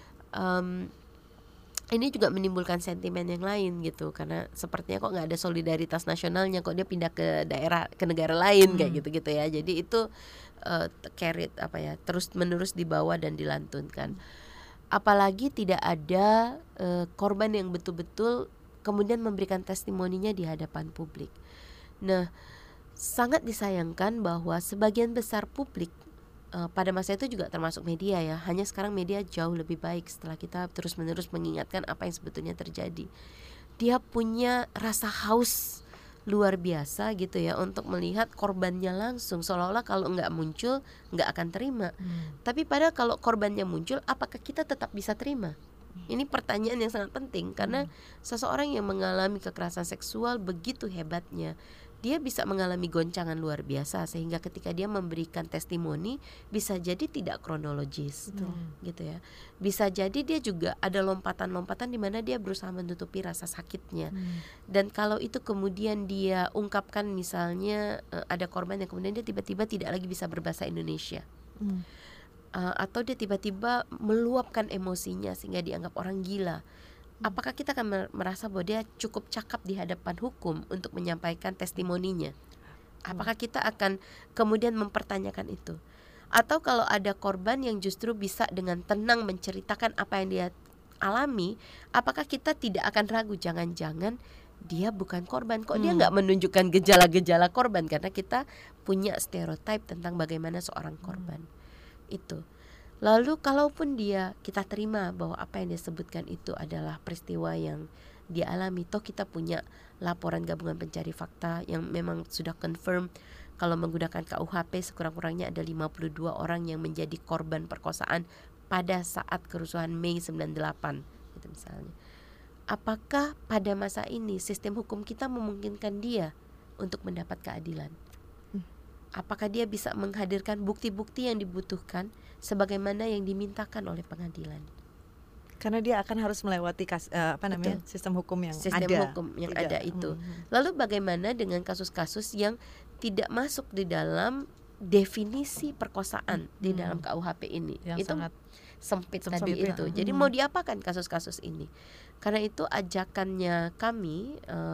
Ini juga menimbulkan sentimen yang lain gitu, karena sepertinya kok nggak ada solidaritas nasionalnya, kok dia pindah ke daerah, ke negara lain kayak gitu-gitu ya. Jadi itu carried terus menerus dibawa dan dilantunkan. Apalagi tidak ada korban yang betul-betul kemudian memberikan testimoninya di hadapan publik. Nah, sangat disayangkan bahwa sebagian besar publik pada masa itu juga termasuk media ya, hanya sekarang media jauh lebih baik setelah kita terus-menerus mengingatkan apa yang sebetulnya terjadi. Dia punya rasa haus luar biasa gitu ya untuk melihat korbannya langsung, seolah-olah kalau nggak muncul nggak akan terima. Tapi padahal kalau korbannya muncul, apakah kita tetap bisa terima? Ini pertanyaan yang sangat penting, karena seseorang yang mengalami kekerasan seksual begitu hebatnya, dia bisa mengalami goncangan luar biasa sehingga ketika dia memberikan testimoni bisa jadi tidak kronologis, gitu ya. Bisa jadi dia juga ada lompatan-lompatan di mana dia berusaha menutupi rasa sakitnya. Dan kalau itu kemudian dia ungkapkan, misalnya ada korban yang kemudian dia tiba-tiba tidak lagi bisa berbahasa Indonesia. Atau dia tiba-tiba meluapkan emosinya sehingga dianggap orang gila. Apakah kita akan merasa bahwa dia cukup cakap di hadapan hukum untuk menyampaikan testimoninya? Apakah kita akan kemudian mempertanyakan itu? Atau kalau ada korban yang justru bisa dengan tenang menceritakan apa yang dia alami, apakah kita tidak akan ragu, jangan-jangan dia bukan korban, kok dia nggak menunjukkan gejala-gejala korban, karena kita punya stereotip tentang bagaimana seorang korban itu. Lalu kalaupun kita terima bahwa apa yang dia sebutkan itu adalah peristiwa yang dia alami, toh kita punya laporan gabungan pencari fakta yang memang sudah confirm kalau menggunakan KUHP sekurang-kurangnya ada 52 orang yang menjadi korban perkosaan pada saat kerusuhan Mei 98 gitu misalnya. Apakah pada masa ini sistem hukum kita memungkinkan dia untuk mendapat keadilan? Apakah dia bisa menghadirkan bukti-bukti yang dibutuhkan sebagaimana yang dimintakan oleh pengadilan? Karena dia akan harus melewati sistem hukum yang ada itu. Lalu bagaimana dengan kasus-kasus yang tidak masuk di dalam definisi perkosaan di dalam KUHP ini? Yang itu sangat sempit tadi itu. Jadi mau diapakan kasus-kasus ini? Karena itu ajakannya kami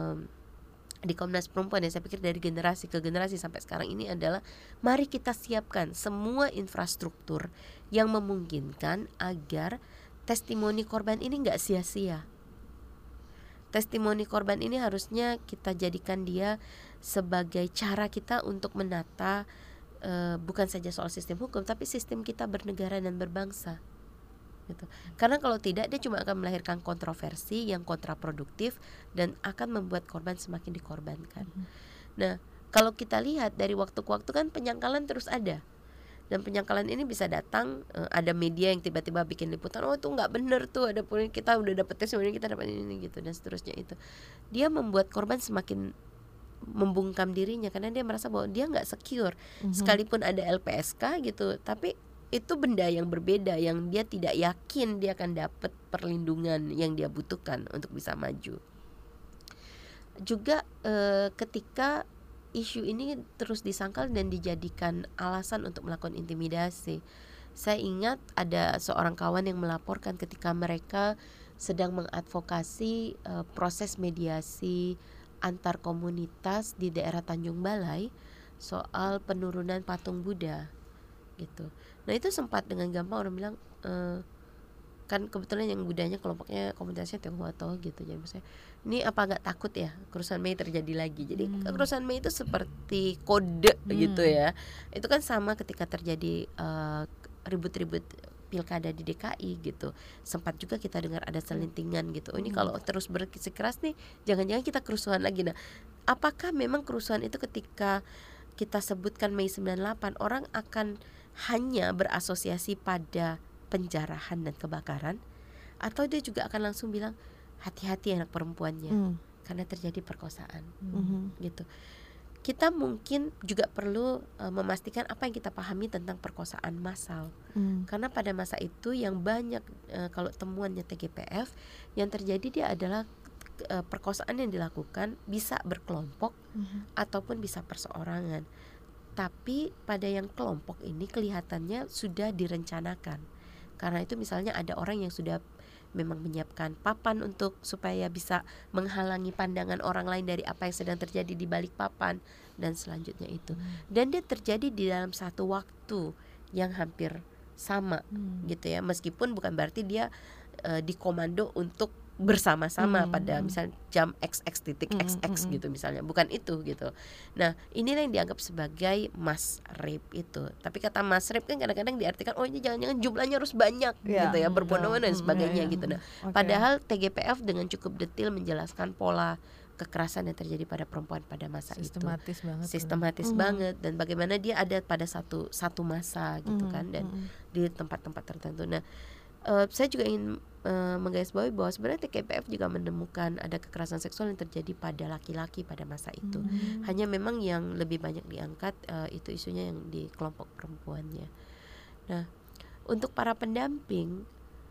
di Komnas Perempuan, ya saya pikir dari generasi ke generasi sampai sekarang ini adalah mari kita siapkan semua infrastruktur yang memungkinkan agar testimoni korban ini nggak sia-sia. Testimoni korban ini harusnya kita jadikan dia sebagai cara kita untuk menata bukan saja soal sistem hukum, tapi sistem kita bernegara dan berbangsa. Gitu. Karena kalau tidak, dia cuma akan melahirkan kontroversi yang kontraproduktif dan akan membuat korban semakin dikorbankan. Nah, kalau kita lihat dari waktu ke waktu kan penyangkalan terus ada, dan penyangkalan ini bisa datang, ada media yang tiba-tiba bikin liputan, oh itu nggak benar tuh, ada pun kita udah dapet testimoni, kita dapat ini gitu, dan seterusnya. Itu dia membuat korban semakin membungkam dirinya karena dia merasa bahwa dia nggak secure, sekalipun ada LPSK gitu, tapi itu benda yang berbeda yang dia tidak yakin dia akan dapat perlindungan yang dia butuhkan untuk bisa maju. Juga ketika isu ini terus disangkal dan dijadikan alasan untuk melakukan intimidasi, saya ingat ada seorang kawan yang melaporkan ketika mereka sedang mengadvokasi proses mediasi antar komunitas di daerah Tanjung Balai soal penurunan patung Buddha gitu. Nah itu sempat dengan gampang orang bilang kan kebetulan yang budanya kelompoknya komunitasnya Tionghoa gitu, jadi maksudnya ini apa nggak takut ya kerusuhan Mei terjadi lagi. Jadi kerusuhan Mei itu seperti kode gitu ya. Itu kan sama ketika terjadi ribut-ribut pilkada di DKI gitu, sempat juga kita dengar ada selentingan gitu. Oh, ini kalau terus bersikeras nih jangan-jangan kita kerusuhan lagi. Nah apakah memang kerusuhan itu ketika kita sebutkan Mei 98, orang akan hanya berasosiasi pada penjarahan dan kebakaran, atau dia juga akan langsung bilang hati-hati anak perempuannya karena terjadi perkosaan gitu. Kita mungkin juga perlu memastikan apa yang kita pahami tentang perkosaan massal. Karena pada masa itu yang banyak kalau temuannya TGPF yang terjadi dia adalah perkosaan yang dilakukan bisa berkelompok ataupun bisa perseorangan. Tapi pada yang kelompok ini kelihatannya sudah direncanakan. Karena itu misalnya ada orang yang sudah memang menyiapkan papan untuk supaya bisa menghalangi pandangan orang lain dari apa yang sedang terjadi di balik papan dan selanjutnya itu. Dan dia terjadi di dalam satu waktu yang hampir sama gitu ya. Meskipun bukan berarti dia dikomando untuk bersama-sama pada misalnya jam XX gitu misalnya, bukan itu gitu. Nah inilah yang dianggap sebagai mass rape itu. Tapi kata mass rape kan kadang-kadang diartikan oh ini jangan-jangan jumlahnya harus banyak gitu ya, berbondong-bondong dan sebagainya gitu. Nah padahal TGPF dengan cukup detail menjelaskan pola kekerasan yang terjadi pada perempuan pada masa sistematis itu banget, sistematis banget, dan bagaimana dia ada pada satu masa gitu kan, dan di tempat-tempat tertentu. Nah saya juga ingin menggarisbawahi bahwa sebenarnya TGPF juga menemukan ada kekerasan seksual yang terjadi pada laki-laki pada masa itu. Hanya memang yang lebih banyak diangkat itu isunya yang di kelompok perempuannya. Nah, untuk para pendamping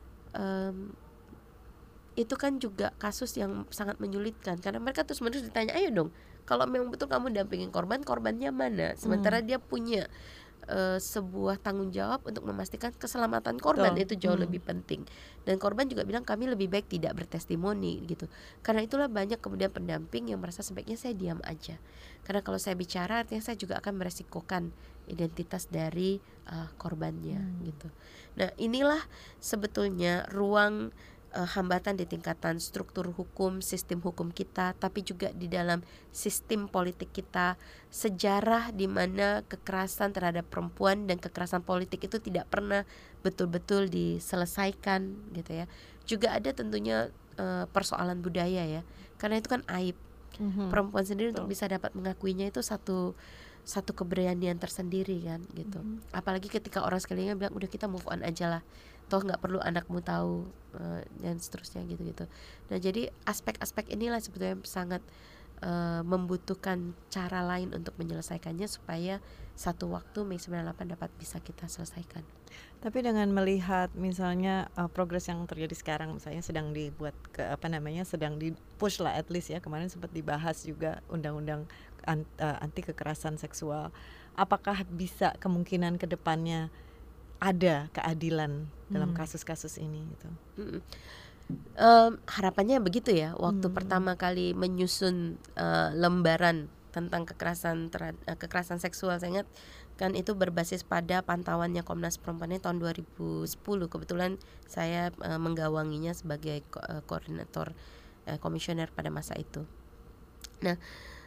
itu kan juga kasus yang sangat menyulitkan karena mereka terus-menerus ditanya, ayo dong, kalau memang betul kamu dampingin korban, korbannya mana? Sementara dia punya sebuah tanggung jawab untuk memastikan keselamatan korban. Itu jauh lebih penting. Dan korban juga bilang kami lebih baik tidak bertestimoni gitu. Karena itulah banyak kemudian pendamping yang merasa sebaiknya saya diam aja. Karena kalau saya bicara artinya saya juga akan meresikokan identitas dari korbannya gitu. Nah inilah sebetulnya ruang hambatan di tingkatan struktur hukum, sistem hukum kita, tapi juga di dalam sistem politik kita, sejarah di mana kekerasan terhadap perempuan dan kekerasan politik itu tidak pernah betul-betul diselesaikan gitu ya. Juga ada tentunya persoalan budaya ya, karena itu kan aib. Perempuan sendiri untuk bisa dapat mengakuinya itu satu keberanian tersendiri kan gitu. Apalagi ketika orang sekelilingnya bilang udah kita move on aja lah, toh nggak perlu anakmu tahu dan seterusnya gitu. Nah jadi aspek-aspek inilah sebetulnya sangat membutuhkan cara lain untuk menyelesaikannya supaya satu waktu Mei 98 dapat bisa kita selesaikan. Tapi dengan melihat misalnya progres yang terjadi sekarang, misalnya sedang dibuat sedang di push lah at least ya, kemarin sempat dibahas juga undang-undang anti kekerasan seksual. Apakah bisa kemungkinan ke depannya ada keadilan dalam kasus-kasus ini gitu? Harapannya begitu ya. Waktu pertama kali menyusun lembaran tentang kekerasan seksual, saya ingat kan itu berbasis pada pantauannya Komnas Perempuan tahun 2010. Kebetulan saya menggawanginya sebagai koordinator komisioner pada masa itu. Nah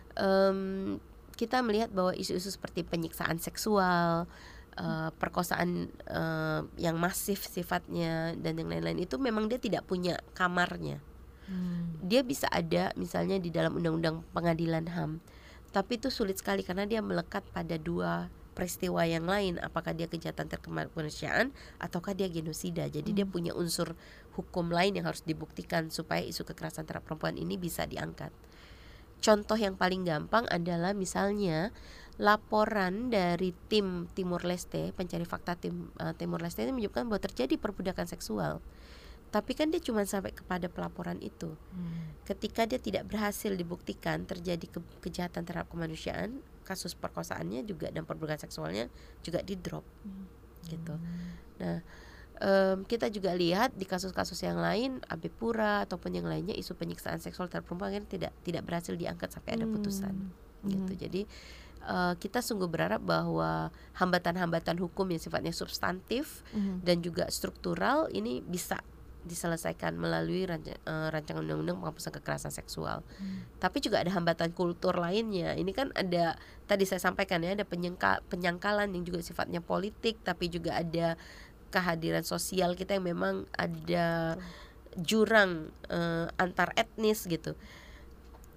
kita melihat bahwa isu-isu seperti penyiksaan seksual, perkosaan yang masif sifatnya dan yang lain-lain itu memang dia tidak punya kamarnya. Dia bisa ada misalnya di dalam undang-undang pengadilan HAM, tapi itu sulit sekali karena dia melekat pada dua peristiwa yang lain, apakah dia kejahatan kemanusiaan ataukah dia genosida. Jadi dia punya unsur hukum lain yang harus dibuktikan supaya isu kekerasan terhadap perempuan ini bisa diangkat. Contoh yang paling gampang adalah misalnya laporan dari tim Timur Leste, pencari fakta tim Timur Leste ini menyebutkan bahwa terjadi perbudakan seksual. Tapi kan dia cuma sampai kepada pelaporan itu. Ketika dia tidak berhasil dibuktikan terjadi kejahatan terhadap kemanusiaan, kasus perkosaannya juga dan perbudakan seksualnya juga di drop gitu. Nah kita juga lihat di kasus-kasus yang lain, AB Pura ataupun yang lainnya, isu penyiksaan seksual terhadap perempuan kan tidak berhasil diangkat sampai ada putusan gitu. Jadi kita sungguh berharap bahwa hambatan-hambatan hukum yang sifatnya substantif dan juga struktural ini bisa diselesaikan melalui rancangan undang-undang penghapusan kekerasan seksual. Tapi juga ada hambatan kultur lainnya. Ini kan ada, tadi saya sampaikan ya, ada penyangkalan yang juga sifatnya politik, tapi juga ada kehadiran sosial kita yang memang ada jurang antar etnis gitu.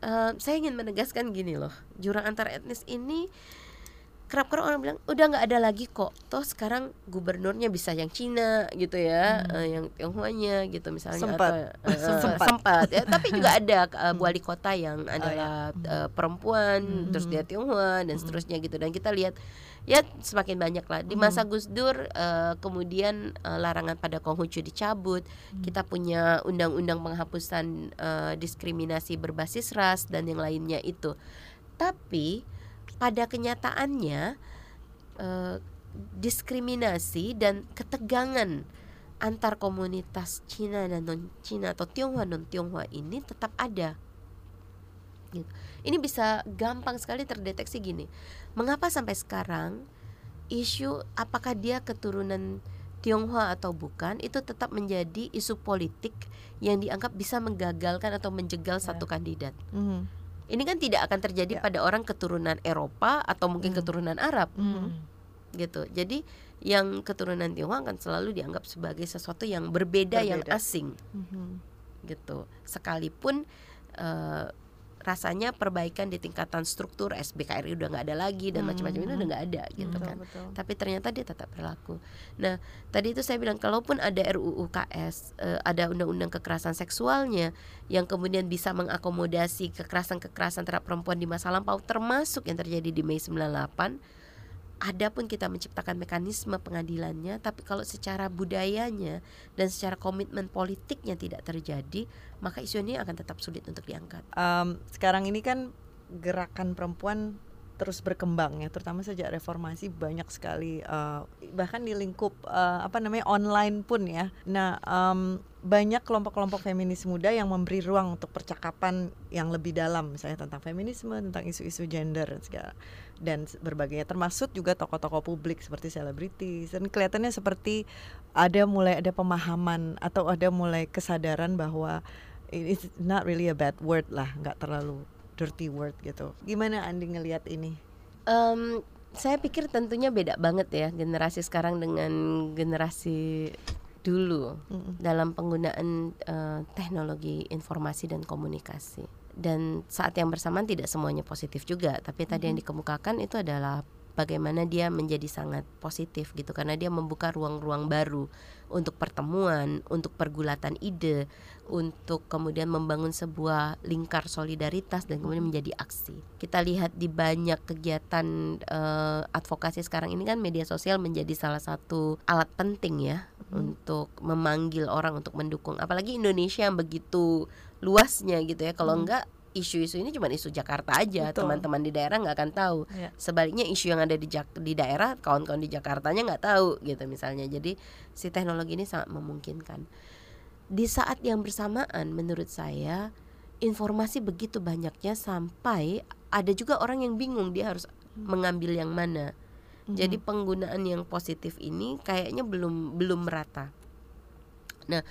saya ingin menegaskan gini loh, jurang antar etnis ini kerap orang bilang udah nggak ada lagi kok, toh sekarang gubernurnya bisa yang Cina gitu ya, yang Tionghoanya gitu misalnya, sempat ya, tapi juga ada wali kota yang adalah perempuan, terus dia Tionghoa dan seterusnya gitu, dan kita lihat ya semakin banyak lah di masa Gus Dur. Kemudian larangan pada Konghucu dicabut, kita punya undang-undang penghapusan diskriminasi berbasis ras dan yang lainnya itu, tapi pada kenyataannya diskriminasi dan ketegangan antar komunitas Cina dan non-Cina atau Tionghoa non-Tionghoa ini tetap ada gitu. Ini bisa gampang sekali terdeteksi gini, mengapa sampai sekarang isu apakah dia keturunan Tionghoa atau bukan itu tetap menjadi isu politik yang dianggap bisa menggagalkan atau menjegal satu kandidat. Ini kan tidak akan terjadi pada orang keturunan Eropa atau mungkin keturunan Arab, gitu. Jadi yang keturunan Tionghoa akan selalu dianggap sebagai sesuatu yang berbeda. Yang asing, gitu. Sekalipun rasanya perbaikan di tingkatan struktur SBKRI udah nggak ada lagi dan macam-macam itu udah nggak ada gitu kan. Tapi ternyata dia tetap berlaku. Nah tadi itu saya bilang kalaupun ada RUU KS, ada undang-undang kekerasan seksualnya yang kemudian bisa mengakomodasi kekerasan terhadap perempuan di masa lampau, termasuk yang terjadi di Mei 98. Adapun kita menciptakan mekanisme pengadilannya, tapi kalau secara budayanya dan secara komitmen politiknya tidak terjadi, maka isu ini akan tetap sulit untuk diangkat. Sekarang ini kan gerakan perempuan terus berkembang ya, terutama sejak reformasi banyak sekali, bahkan di lingkup online pun ya. Nah banyak kelompok-kelompok feminis muda yang memberi ruang untuk percakapan yang lebih dalam, misalnya tentang feminisme, tentang isu-isu gender dan segala dan berbagainya, termasuk juga tokoh-tokoh publik seperti selebritis, dan kelihatannya seperti mulai ada pemahaman atau ada mulai kesadaran bahwa it's not really a bad word lah, nggak terlalu dirty word gitu. Gimana Andi ngelihat ini? Saya pikir tentunya beda banget ya generasi sekarang dengan generasi dulu dalam penggunaan teknologi informasi dan komunikasi. Dan saat yang bersamaan tidak semuanya positif juga, tapi tadi yang dikemukakan itu adalah bagaimana dia menjadi sangat positif gitu, karena dia membuka ruang-ruang baru untuk pertemuan, untuk pergulatan ide, untuk kemudian membangun sebuah lingkar solidaritas dan kemudian menjadi aksi. Kita lihat di banyak kegiatan advokasi sekarang ini kan media sosial menjadi salah satu alat penting ya untuk memanggil orang untuk mendukung, apalagi Indonesia yang begitu luasnya gitu ya. Kalau enggak isu-isu ini cuma isu Jakarta aja. Betul. Teman-teman di daerah nggak akan tahu. Sebaliknya isu yang ada di daerah, kawan-kawan di Jakartanya nggak tahu gitu misalnya. Jadi si teknologi ini sangat memungkinkan. Di saat yang bersamaan menurut saya informasi begitu banyaknya sampai ada juga orang yang bingung dia harus mengambil yang mana. Jadi penggunaan yang positif ini kayaknya belum merata. Nah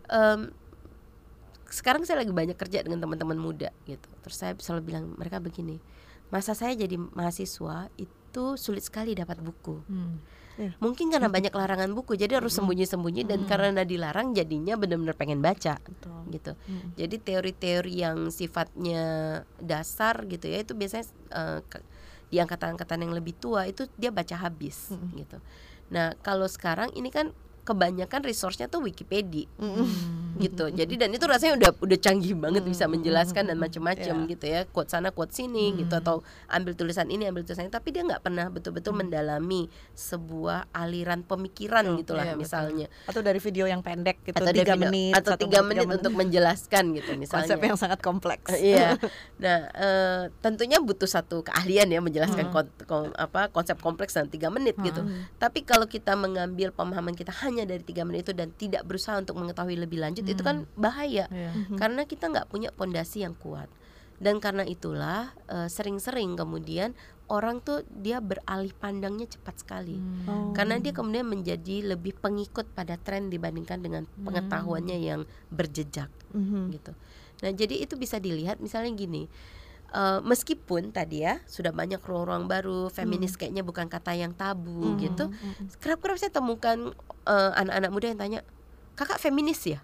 sekarang saya lagi banyak kerja dengan teman-teman muda gitu. Terus saya selalu bilang mereka begini, masa saya jadi mahasiswa itu sulit sekali dapat buku. Mungkin karena banyak larangan buku, jadi harus sembunyi-sembunyi, dan karena dilarang jadinya benar-benar pengen baca. Gitu. Jadi teori-teori yang sifatnya dasar gitu ya, itu biasanya di angkatan-angkatan yang lebih tua itu dia baca habis gitu. Nah kalau sekarang ini kan kebanyakan resource-nya tuh Wikipedia gitu. Jadi dan itu rasanya udah canggih banget, bisa menjelaskan dan macam-macam gitu ya. Quote sana quote sini gitu, atau ambil tulisan ini ambil tulisan ini, tapi dia nggak pernah betul-betul mendalami sebuah aliran pemikiran gitulah misalnya. Atau dari video yang pendek gitu, atau 3 menit atau 3 menit untuk menjelaskan gitu misalnya. Konsep yang sangat kompleks. Iya. Nah, tentunya butuh satu keahlian ya menjelaskan konsep kompleks dalam 3 menit gitu. Tapi kalau kita mengambil pemahaman kita hanya dari 3 menit itu dan tidak berusaha untuk mengetahui lebih lanjut, itu kan bahaya. Karena kita nggak punya pondasi yang kuat. Dan karena itulah sering-sering kemudian orang tuh dia beralih pandangnya cepat sekali. Karena dia kemudian menjadi lebih pengikut pada tren dibandingkan dengan pengetahuannya yang berjejak gitu. Nah jadi itu bisa dilihat misalnya gini, meskipun tadi ya sudah banyak ruang-ruang baru, feminis kayaknya bukan kata yang tabu gitu. Kerap-kerap saya temukan anak-anak muda yang tanya, kakak feminis ya?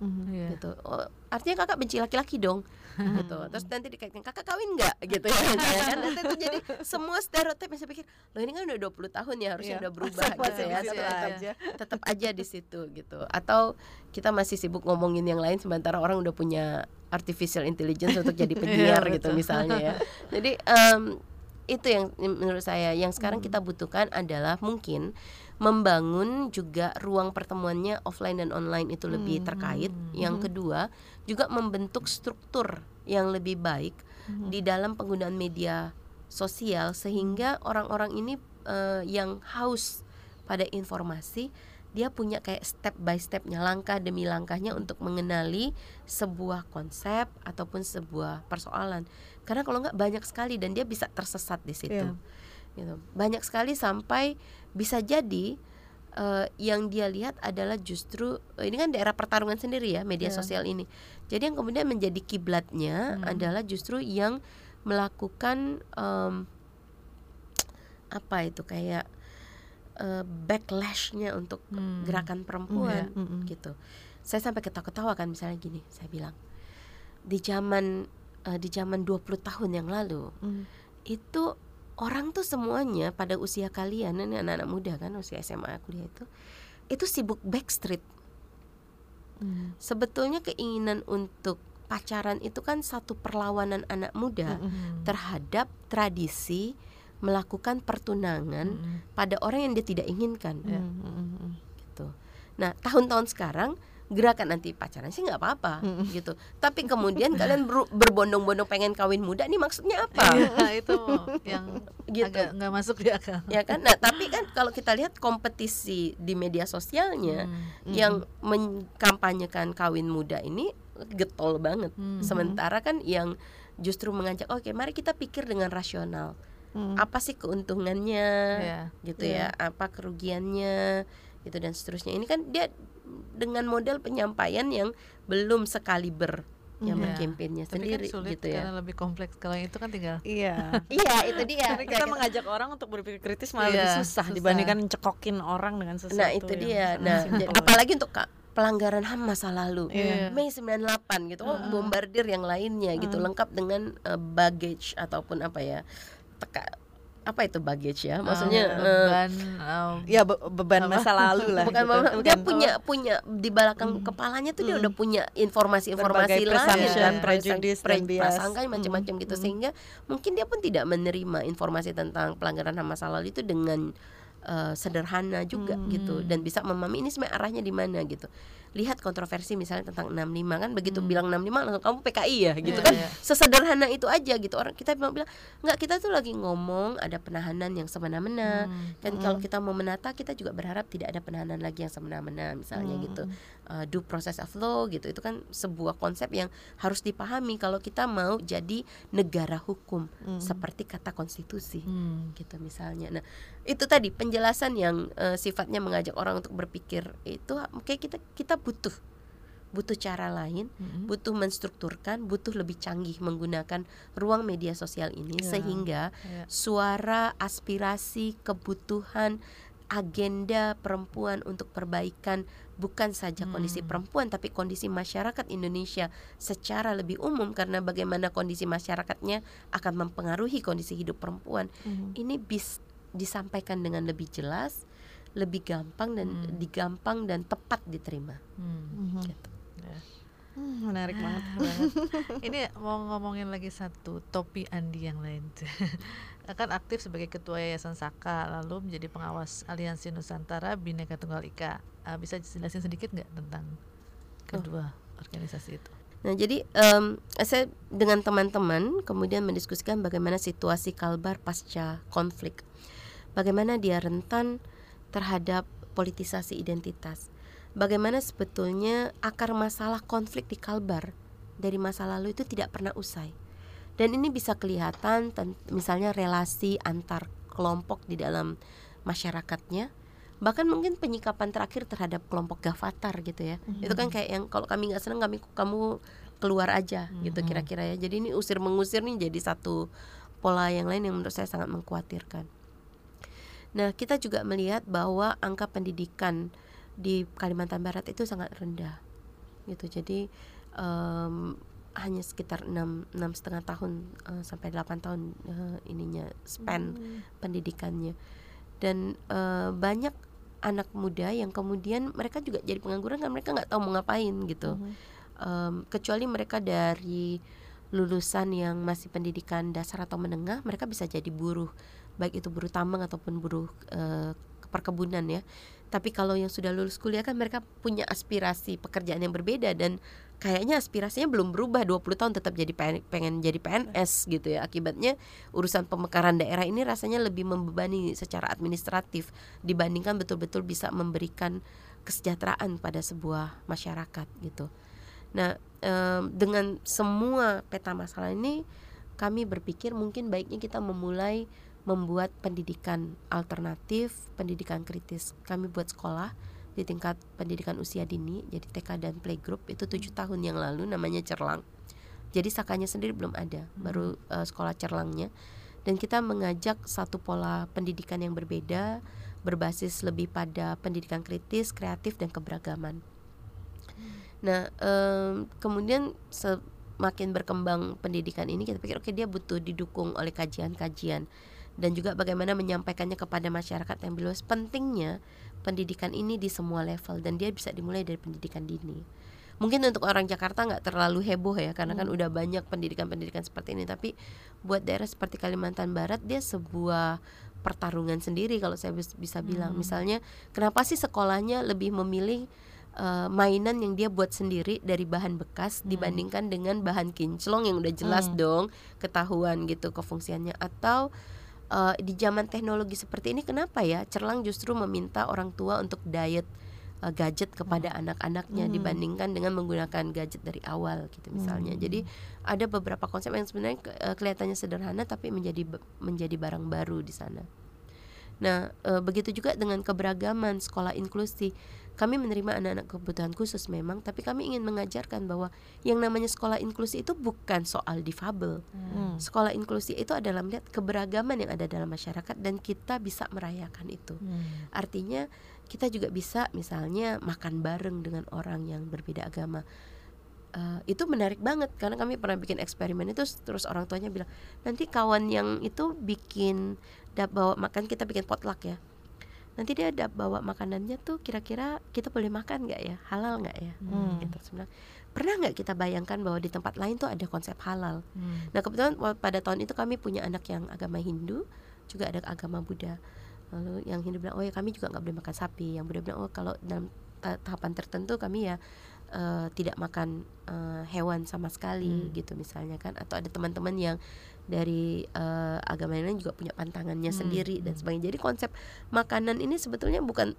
gitu. Oh, artinya kakak benci laki-laki dong. Gitu. Terus nanti dikaitkan kakak kawin nggak gitu ya. Kan nanti itu jadi semua stereotip yang saya pikir, loh ini kan udah 20 tahun ya, harusnya udah berubah gitu ya. Tetap aja di situ gitu. Atau kita masih sibuk ngomongin yang lain sementara orang udah punya artificial intelligence untuk jadi penyiar gitu misalnya ya. Jadi itu yang menurut saya yang sekarang kita butuhkan adalah mungkin membangun juga ruang pertemuannya offline dan online itu lebih terkait. Yang kedua, juga membentuk struktur yang lebih baik di dalam penggunaan media sosial sehingga orang-orang ini yang haus pada informasi, dia punya kayak step by stepnya, langkah demi langkahnya untuk mengenali sebuah konsep ataupun sebuah persoalan. Karena kalau nggak banyak sekali dan dia bisa tersesat di situ. Gitu. Banyak sekali sampai bisa jadi yang dia lihat adalah justru ini kan daerah pertarungan sendiri ya media sosial ini. Jadi yang kemudian menjadi kiblatnya adalah justru yang melakukan apa itu kayak backlashnya untuk gerakan perempuan gitu. Saya sampai ketawa-ketawa kan misalnya gini, saya bilang di zaman 20 tahun yang lalu itu orang tuh semuanya pada usia kalian, ini anak-anak muda kan usia SMA kuliah itu sibuk backstreet. Sebetulnya keinginan untuk pacaran itu kan satu perlawanan anak muda terhadap tradisi melakukan pertunangan pada orang yang dia tidak inginkan. Gitu. Nah, tahun-tahun sekarang gerakan anti pacaran sih nggak apa-apa gitu. Tapi kemudian kalian berbondong-bondong pengen kawin muda, nih maksudnya apa? Itu yang gitu. Agak nggak masuk di akal. Ya kan? Nah, tapi kan kalau kita lihat kompetisi di media sosialnya yang mengkampanyekan kawin muda ini getol banget. Sementara kan yang justru mengajak, oke, mari kita pikir dengan rasional. Apa sih keuntungannya, gitu ya? Apa kerugiannya, gitu dan seterusnya. Ini kan dia dengan model penyampaian yang belum sekaliber yang berkampanye sendiri kan sulit, gitu ya. Karena lebih kompleks. Kalau itu kan tinggal iya itu dia. Karena kita mengajak orang untuk berpikir kritis malah lebih susah dibandingkan mencekokin orang dengan sesuatu. Nah itu dia. Nah apalagi untuk pelanggaran HAM masa lalu Mei 98 gitu, bombardir yang lainnya gitu, lengkap dengan baggage ataupun apa ya, apa itu baggage ya, maksudnya beban masa lalu lah. Bukan gitu. Dia punya di belakang kepalanya tuh dia udah punya informasi-informasi lain, prejudice, prasangka macam-macam gitu, sehingga mungkin dia pun tidak menerima informasi tentang pelanggaran HAM masa lalu itu dengan sederhana juga gitu, dan bisa memahami ini sebenarnya arahnya di mana gitu. Lihat kontroversi misalnya tentang 65 kan, begitu bilang 65 langsung kamu PKI ya gitu kan. Sesederhana itu aja gitu. Orang kita bilang enggak, kita tuh lagi ngomong ada penahanan yang semena-mena. Dan kalau kita mau menata, kita juga berharap tidak ada penahanan lagi yang semena-mena misalnya gitu. Due process of law gitu. Itu kan sebuah konsep yang harus dipahami kalau kita mau jadi negara hukum seperti kata konstitusi gitu misalnya. Nah, itu tadi penjelasan yang sifatnya mengajak orang untuk berpikir itu kayak kita butuh cara lain, butuh menstrukturkan, butuh lebih canggih menggunakan ruang media sosial ini sehingga suara, aspirasi, kebutuhan, agenda perempuan untuk perbaikan bukan saja kondisi perempuan tapi kondisi masyarakat Indonesia secara lebih umum, karena bagaimana kondisi masyarakatnya akan mempengaruhi kondisi hidup perempuan. Ini disampaikan dengan lebih jelas, lebih gampang dan tepat diterima. Gitu. Menarik banget. Ini mau ngomongin lagi satu, Topi Andi yang lain. Kan aktif sebagai ketua Yayasan Saka, lalu menjadi pengawas Aliansi Nusantara Bhinneka Tunggal Ika. Bisa jelasin sedikit nggak tentang kedua organisasi itu? Nah, jadi saya dengan teman-teman kemudian mendiskusikan bagaimana situasi Kalbar pasca konflik, bagaimana dia rentan terhadap politisasi identitas, bagaimana sebetulnya akar masalah konflik di Kalbar dari masa lalu itu tidak pernah usai. Dan ini bisa kelihatan misalnya relasi antar kelompok di dalam masyarakatnya, bahkan mungkin penyikapan terakhir terhadap kelompok Gavatar gitu ya. Itu kan kayak yang kalau kami nggak senang kamu keluar aja gitu kira-kira ya. Jadi ini usir mengusir nih jadi satu pola yang lain yang menurut saya sangat mengkhawatirkan. Nah, kita juga melihat bahwa angka pendidikan di Kalimantan Barat itu sangat rendah. gitu. Jadi hanya sekitar 6,5 tahun sampai 8 tahun ininya span pendidikannya. Dan banyak anak muda yang kemudian mereka juga jadi pengangguran kan mereka nggak tahu mau ngapain gitu. Kecuali mereka dari lulusan yang masih pendidikan dasar atau menengah, mereka bisa jadi buruh, baik itu buruh tambang ataupun buruh perkebunan ya. Tapi kalau yang sudah lulus kuliah kan mereka punya aspirasi pekerjaan yang berbeda dan kayaknya aspirasinya belum berubah, 20 tahun tetap jadi pengen jadi PNS gitu ya. Akibatnya urusan pemekaran daerah ini rasanya lebih membebani secara administratif dibandingkan betul-betul bisa memberikan kesejahteraan pada sebuah masyarakat gitu. Nah, dengan semua peta masalah ini kami berpikir mungkin baiknya kita memulai membuat pendidikan alternatif, pendidikan kritis. Kami buat sekolah di tingkat pendidikan usia dini, jadi TK dan playgroup itu 7 tahun yang lalu, namanya Cerlang. Jadi Sakanya sendiri belum ada, baru sekolah Cerlangnya. Dan kita mengajak satu pola pendidikan yang berbeda, berbasis lebih pada pendidikan kritis, kreatif dan keberagaman. Nah, kemudian semakin berkembang pendidikan ini, kita pikir oke, dia butuh didukung oleh kajian-kajian dan juga bagaimana menyampaikannya kepada masyarakat yang luas. Pentingnya pendidikan ini di semua level dan dia bisa dimulai dari pendidikan dini. Mungkin untuk orang Jakarta nggak terlalu heboh ya, karena kan udah banyak pendidikan-pendidikan seperti ini. Tapi buat daerah seperti Kalimantan Barat, dia sebuah pertarungan sendiri kalau saya bisa bilang. Misalnya, kenapa sih sekolahnya lebih memilih mainan yang dia buat sendiri dari bahan bekas dibandingkan dengan bahan kinclong yang udah jelas dong ketahuan gitu kefungsiannya. Atau di zaman teknologi seperti ini, kenapa ya Cerlang justru meminta orang tua untuk diet gadget kepada anak-anaknya dibandingkan dengan menggunakan gadget dari awal gitu misalnya. Jadi ada beberapa konsep yang sebenarnya kelihatannya sederhana tapi menjadi barang baru di sana. Nah, begitu juga dengan keberagaman sekolah inklusi. Kami menerima anak-anak kebutuhan khusus memang, tapi kami ingin mengajarkan bahwa yang namanya sekolah inklusi itu bukan soal difabel. Sekolah inklusi itu adalah melihat keberagaman yang ada dalam masyarakat dan kita bisa merayakan itu. Artinya kita juga bisa misalnya makan bareng dengan orang yang berbeda agama. Itu menarik banget karena kami pernah bikin eksperimen itu, terus orang tuanya bilang, nanti kawan yang itu bikin bawa makan, kita bikin potluck ya, nanti dia bawa makanannya tuh kira-kira kita boleh makan nggak ya, halal nggak ya, gitu. Sebenarnya pernah nggak kita bayangkan bahwa di tempat lain tuh ada konsep halal. Nah kebetulan pada tahun itu kami punya anak yang agama Hindu, juga ada agama Buddha. Lalu yang Hindu bilang, oh ya kami juga nggak boleh makan sapi. Yang Buddha bilang, oh kalau dalam tahapan tertentu kami ya tidak makan hewan sama sekali gitu misalnya kan. Atau ada teman-teman yang dari agama lain juga punya pantangannya sendiri dan sebagainya. Jadi konsep makanan ini sebetulnya bukan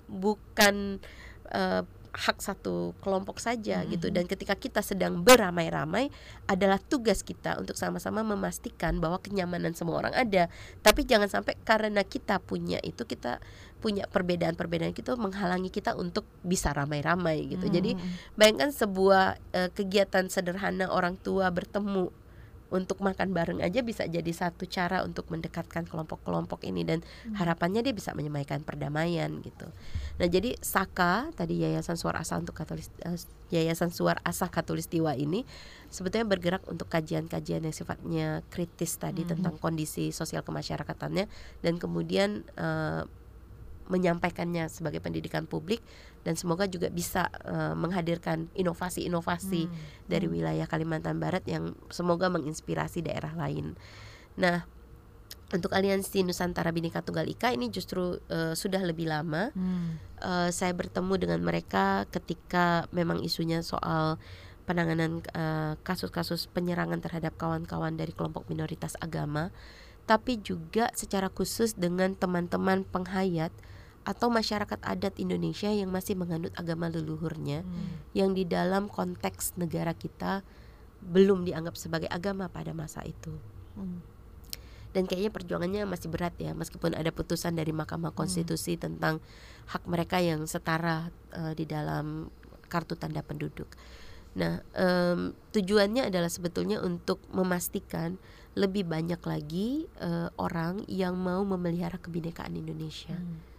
hak satu kelompok saja gitu. Dan ketika kita sedang beramai-ramai, adalah tugas kita untuk sama-sama memastikan bahwa kenyamanan semua orang ada. Tapi jangan sampai karena kita punya itu, kita punya perbedaan-perbedaan itu menghalangi kita untuk bisa ramai-ramai gitu. Jadi bayangkan sebuah kegiatan sederhana orang tua bertemu untuk makan bareng aja bisa jadi satu cara untuk mendekatkan kelompok-kelompok ini, dan harapannya dia bisa menyemaikan perdamaian gitu. Nah jadi Saka tadi, Yayasan Suara Asah untuk Yayasan Suara Asah Khatulistiwa ini sebetulnya bergerak untuk kajian-kajian yang sifatnya kritis tadi tentang kondisi sosial kemasyarakatannya, dan kemudian menyampaikannya sebagai pendidikan publik, dan semoga juga bisa menghadirkan inovasi-inovasi dari wilayah Kalimantan Barat yang semoga menginspirasi daerah lain. Nah, untuk Aliansi Nusantara Bhinneka Tunggal Ika ini justru sudah lebih lama. Saya bertemu dengan mereka ketika memang isunya soal penanganan kasus-kasus penyerangan terhadap kawan-kawan dari kelompok minoritas agama, tapi juga secara khusus dengan teman-teman penghayat atau masyarakat adat Indonesia yang masih menganut agama leluhurnya, yang di dalam konteks negara kita belum dianggap sebagai agama pada masa itu. Dan kayaknya perjuangannya masih berat ya, meskipun ada putusan dari Mahkamah Konstitusi tentang hak mereka yang setara di dalam kartu tanda penduduk. Nah, tujuannya adalah sebetulnya untuk memastikan lebih banyak lagi orang yang mau memelihara kebinekaan Indonesia.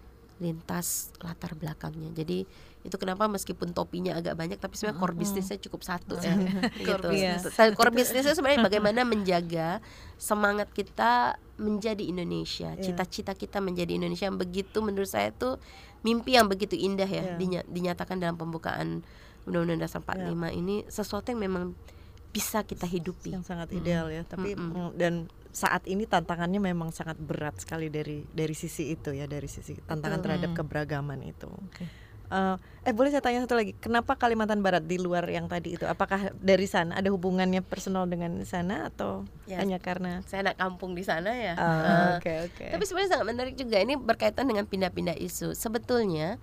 lintas latar belakangnya. Jadi itu kenapa meskipun topinya agak banyak tapi sebenarnya core bisnisnya cukup satu ya. Gitu. Core bisnisnya sebenarnya bagaimana menjaga semangat kita menjadi Indonesia, cita-cita kita menjadi Indonesia yang begitu, menurut saya itu mimpi yang begitu indah ya, dinyatakan dalam pembukaan Undang-Undang Dasar 45 ini sesuatu yang memang bisa kita hidupi, yang sangat ideal ya. Tapi dan saat ini tantangannya memang sangat berat sekali dari sisi itu ya, dari sisi tantangan terhadap keberagaman itu. Boleh saya tanya satu lagi, kenapa Kalimantan Barat di luar yang tadi itu? Apakah dari sana ada hubungannya personal dengan sana atau hanya karena saya anak kampung di sana ya? Oke. Tapi sebenarnya sangat menarik juga, ini berkaitan dengan pindah-pindah isu. Sebetulnya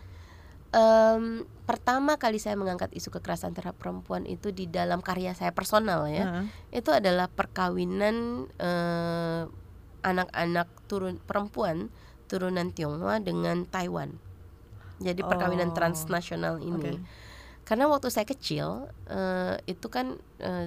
pertama kali saya mengangkat isu kekerasan terhadap perempuan itu di dalam karya saya personal ya, itu adalah perkawinan anak-anak perempuan turunan Tionghoa dengan Taiwan. Jadi perkawinan transnasional ini. Karena waktu saya kecil itu kan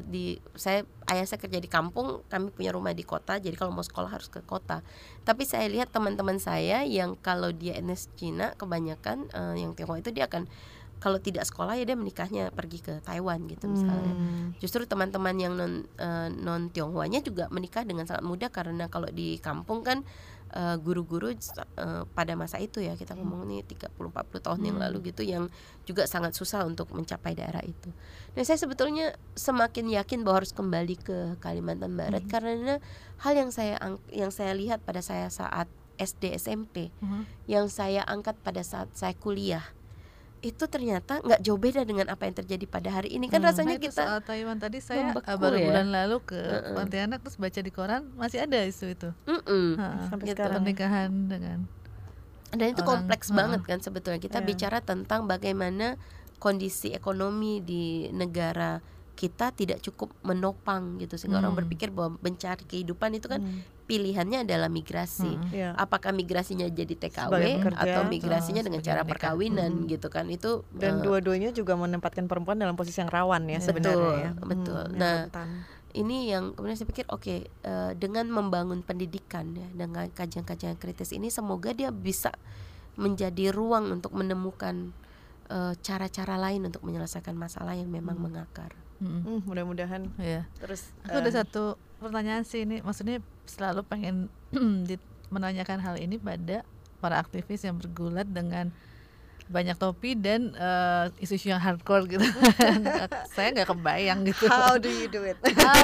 ayah saya kerja di kampung, kami punya rumah di kota. Jadi kalau mau sekolah harus ke kota. Tapi saya lihat teman-teman saya yang kalau dia etnis Cina kebanyakan yang Tionghoa itu dia akan kalau tidak sekolah ya dia menikahnya pergi ke Taiwan gitu misalnya. Justru teman-teman yang non Tionghoanya juga menikah dengan sangat mudah, karena kalau di kampung kan guru-guru pada masa itu ya, kita ngomong nih 30-40 tahun yang lalu gitu, yang juga sangat susah untuk mencapai daerah itu. Nah saya sebetulnya semakin yakin bahwa harus kembali ke Kalimantan Barat karena hal yang saya lihat pada saya saat SD SMP, yang saya angkat pada saat saya kuliah, itu ternyata nggak jauh beda dengan apa yang terjadi pada hari ini. Kan rasanya kita soal Taiwan tadi saya baru bulan lalu ke Pontianak terus baca di koran masih ada isu itu. Sampai gitu, pernikahan dengan, dan itu kompleks banget kan sebetulnya. Kita bicara tentang bagaimana kondisi ekonomi di negara kita tidak cukup menopang gitu, sehingga orang berpikir bahwa mencari kehidupan itu kan pilihannya adalah migrasi. Apakah migrasinya jadi TKW atau migrasinya dengan cara perkawinan gitu kan. Itu dan dua-duanya juga menempatkan perempuan dalam posisi yang rawan ya sebenarnya. Betul. Nah, ini yang kemudian saya pikir dengan membangun pendidikan ya, dengan kajian-kajian kritis ini, semoga dia bisa menjadi ruang untuk menemukan cara-cara lain untuk menyelesaikan masalah yang memang mengakar. Mudah-mudahan. Terus aku ada satu pertanyaan sih, ini maksudnya selalu pengen menanyakan hal ini pada para aktivis yang bergulat dengan banyak topi dan isu-isu yang hardcore gitu. Saya nggak kebayang gitu. How do you do it?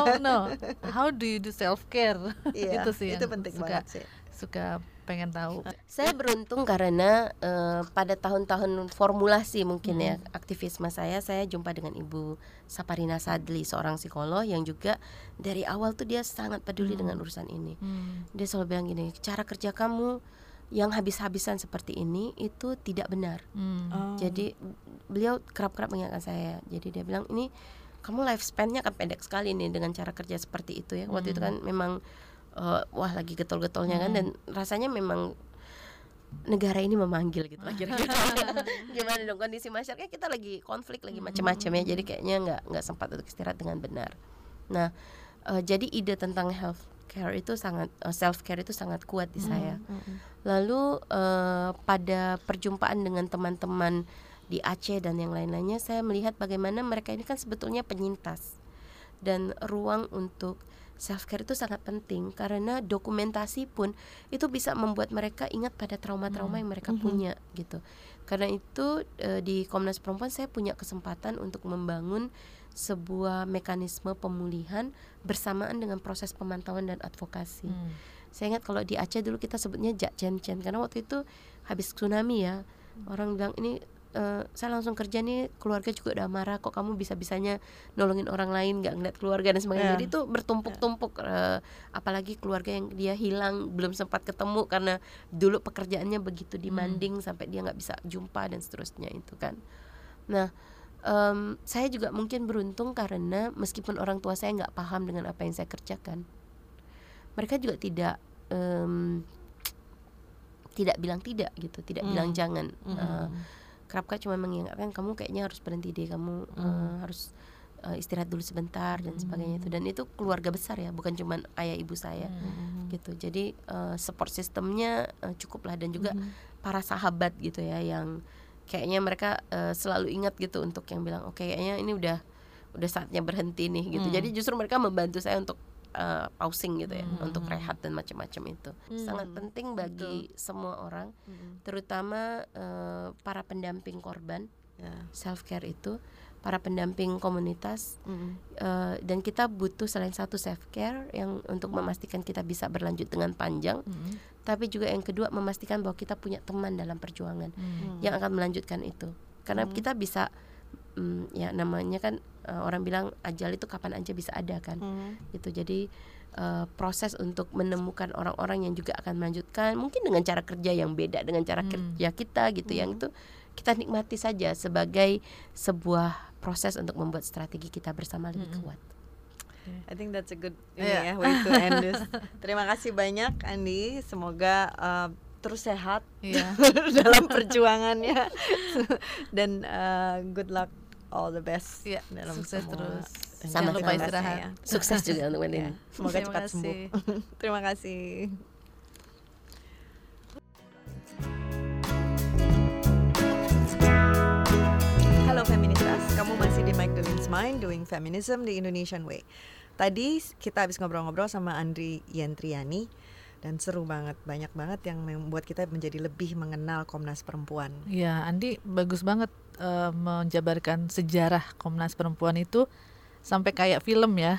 How do you do self care? Itu sih itu yang penting banget sih. Suka pengen tahu. Saya beruntung karena pada tahun-tahun formulasi mungkin ya aktivisme saya jumpa dengan Ibu Saparina Sadli, seorang psikolog yang juga dari awal tuh dia sangat peduli dengan urusan ini. Dia selalu bilang gini, cara kerja kamu yang habis-habisan seperti ini itu tidak benar. Jadi beliau kerap-kerap mengingatkan saya. Jadi dia bilang, ini kamu lifespan-nya akan pendek sekali nih dengan cara kerja seperti itu ya. Waktu itu kan memang wah lagi getol-getolnya kan, dan rasanya memang negara ini memanggil gitu lah kira-kira. Gimana dong kondisi masyarakat, kita lagi konflik, lagi macam-macam ya. Jadi kayaknya nggak sempat untuk istirahat dengan benar. Nah, jadi ide tentang health care itu sangat self care itu sangat kuat di saya. Lalu pada perjumpaan dengan teman-teman di Aceh dan yang lain-lainnya, saya melihat bagaimana mereka ini kan sebetulnya penyintas, dan ruang untuk self care itu sangat penting karena dokumentasi pun itu bisa membuat mereka ingat pada trauma-trauma yang mereka punya gitu. Karena itu di Komnas Perempuan saya punya kesempatan untuk membangun sebuah mekanisme pemulihan bersamaan dengan proses pemantauan dan advokasi. Saya ingat kalau di Aceh dulu kita sebutnya Jak Cen Cen, karena waktu itu habis tsunami ya, orang bilang ini saya langsung kerja nih, keluarga juga udah marah, kok kamu bisa-bisanya nolongin orang lain, nggak ngeliat keluarga dan sebagainya. Jadi itu bertumpuk-tumpuk, apalagi keluarga yang dia hilang, belum sempat ketemu karena dulu pekerjaannya begitu demanding sampai dia nggak bisa jumpa dan seterusnya itu kan. Nah, saya juga mungkin beruntung karena meskipun orang tua saya nggak paham dengan apa yang saya kerjakan, mereka juga tidak bilang tidak gitu, tidak bilang jangan. Kerap kali cuma mengingatkan, kamu kayaknya harus berhenti deh, kamu harus istirahat dulu sebentar dan sebagainya itu. Dan itu keluarga besar ya, bukan cuma ayah ibu saya gitu. Jadi support sistemnya cukup lah, dan juga para sahabat gitu ya, yang kayaknya mereka selalu ingat gitu untuk yang bilang oke, kayaknya ini udah saatnya berhenti nih gitu. Jadi justru mereka membantu saya untuk pausing gitu ya, untuk rehat dan macam-macam itu. Sangat penting bagi semua orang, terutama para pendamping korban. Self care itu, para pendamping komunitas, dan kita butuh selain satu self care yang untuk memastikan kita bisa berlanjut dengan panjang, tapi juga yang kedua memastikan bahwa kita punya teman dalam perjuangan yang akan melanjutkan itu. Karena kita bisa ya namanya kan orang bilang ajal itu kapan aja bisa ada kan, gitu. Jadi proses untuk menemukan orang-orang yang juga akan melanjutkan, mungkin dengan cara kerja yang beda dengan cara kerja kita gitu, yang itu kita nikmati saja sebagai sebuah proses untuk membuat strategi kita bersama lebih kuat. I think that's a good way to end this. Terima kasih banyak Andi, semoga terus sehat dalam perjuangannya dan good luck, all the best dalam sukses semua. Terus Jangan lupa istirahat. Sukses juga untuk ya. Semoga cepat sembuh. Terima kasih. Halo Feministas, kamu masih di Magdalene's Mind, doing feminism the Indonesian way. Tadi kita habis ngobrol-ngobrol sama Andri Yentriani, dan seru banget, banyak banget yang membuat kita menjadi lebih mengenal Komnas Perempuan. Ya, Andi bagus banget menjabarkan sejarah Komnas Perempuan itu sampai kayak film ya.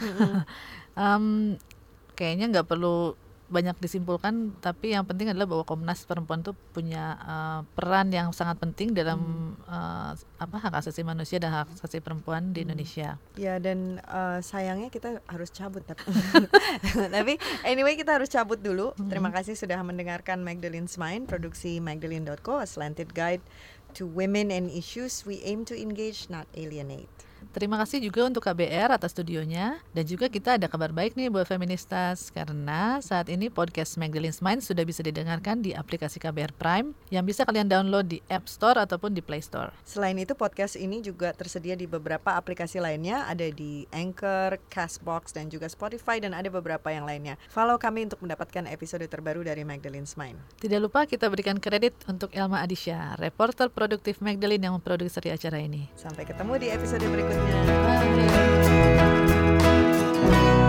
Kayaknya nggak perlu banyak disimpulkan, tapi yang penting adalah bahwa Komnas Perempuan itu punya peran yang sangat penting dalam hak asasi manusia dan hak asasi perempuan di Indonesia. Ya, dan sayangnya kita harus cabut tapi anyway kita harus cabut dulu. Terima kasih sudah mendengarkan Magdalene's Mind, produksi Magdalene.co, a slanted guide to women and issues we aim to engage, not alienate. Terima kasih juga untuk KBR atas studionya. Dan juga kita ada kabar baik nih buat feministas, karena saat ini podcast Magdalene's Mind sudah bisa didengarkan di aplikasi KBR Prime yang bisa kalian download di App Store ataupun di Play Store. Selain itu podcast ini juga tersedia di beberapa aplikasi lainnya, ada di Anchor, Castbox, dan juga Spotify, dan ada beberapa yang lainnya. Follow kami untuk mendapatkan episode terbaru dari Magdalene's Mind. Tidak lupa kita berikan kredit untuk Elma Adisha, reporter produktif Magdalene yang memproduksi acara ini. Sampai ketemu di episode berikutnya. Bye.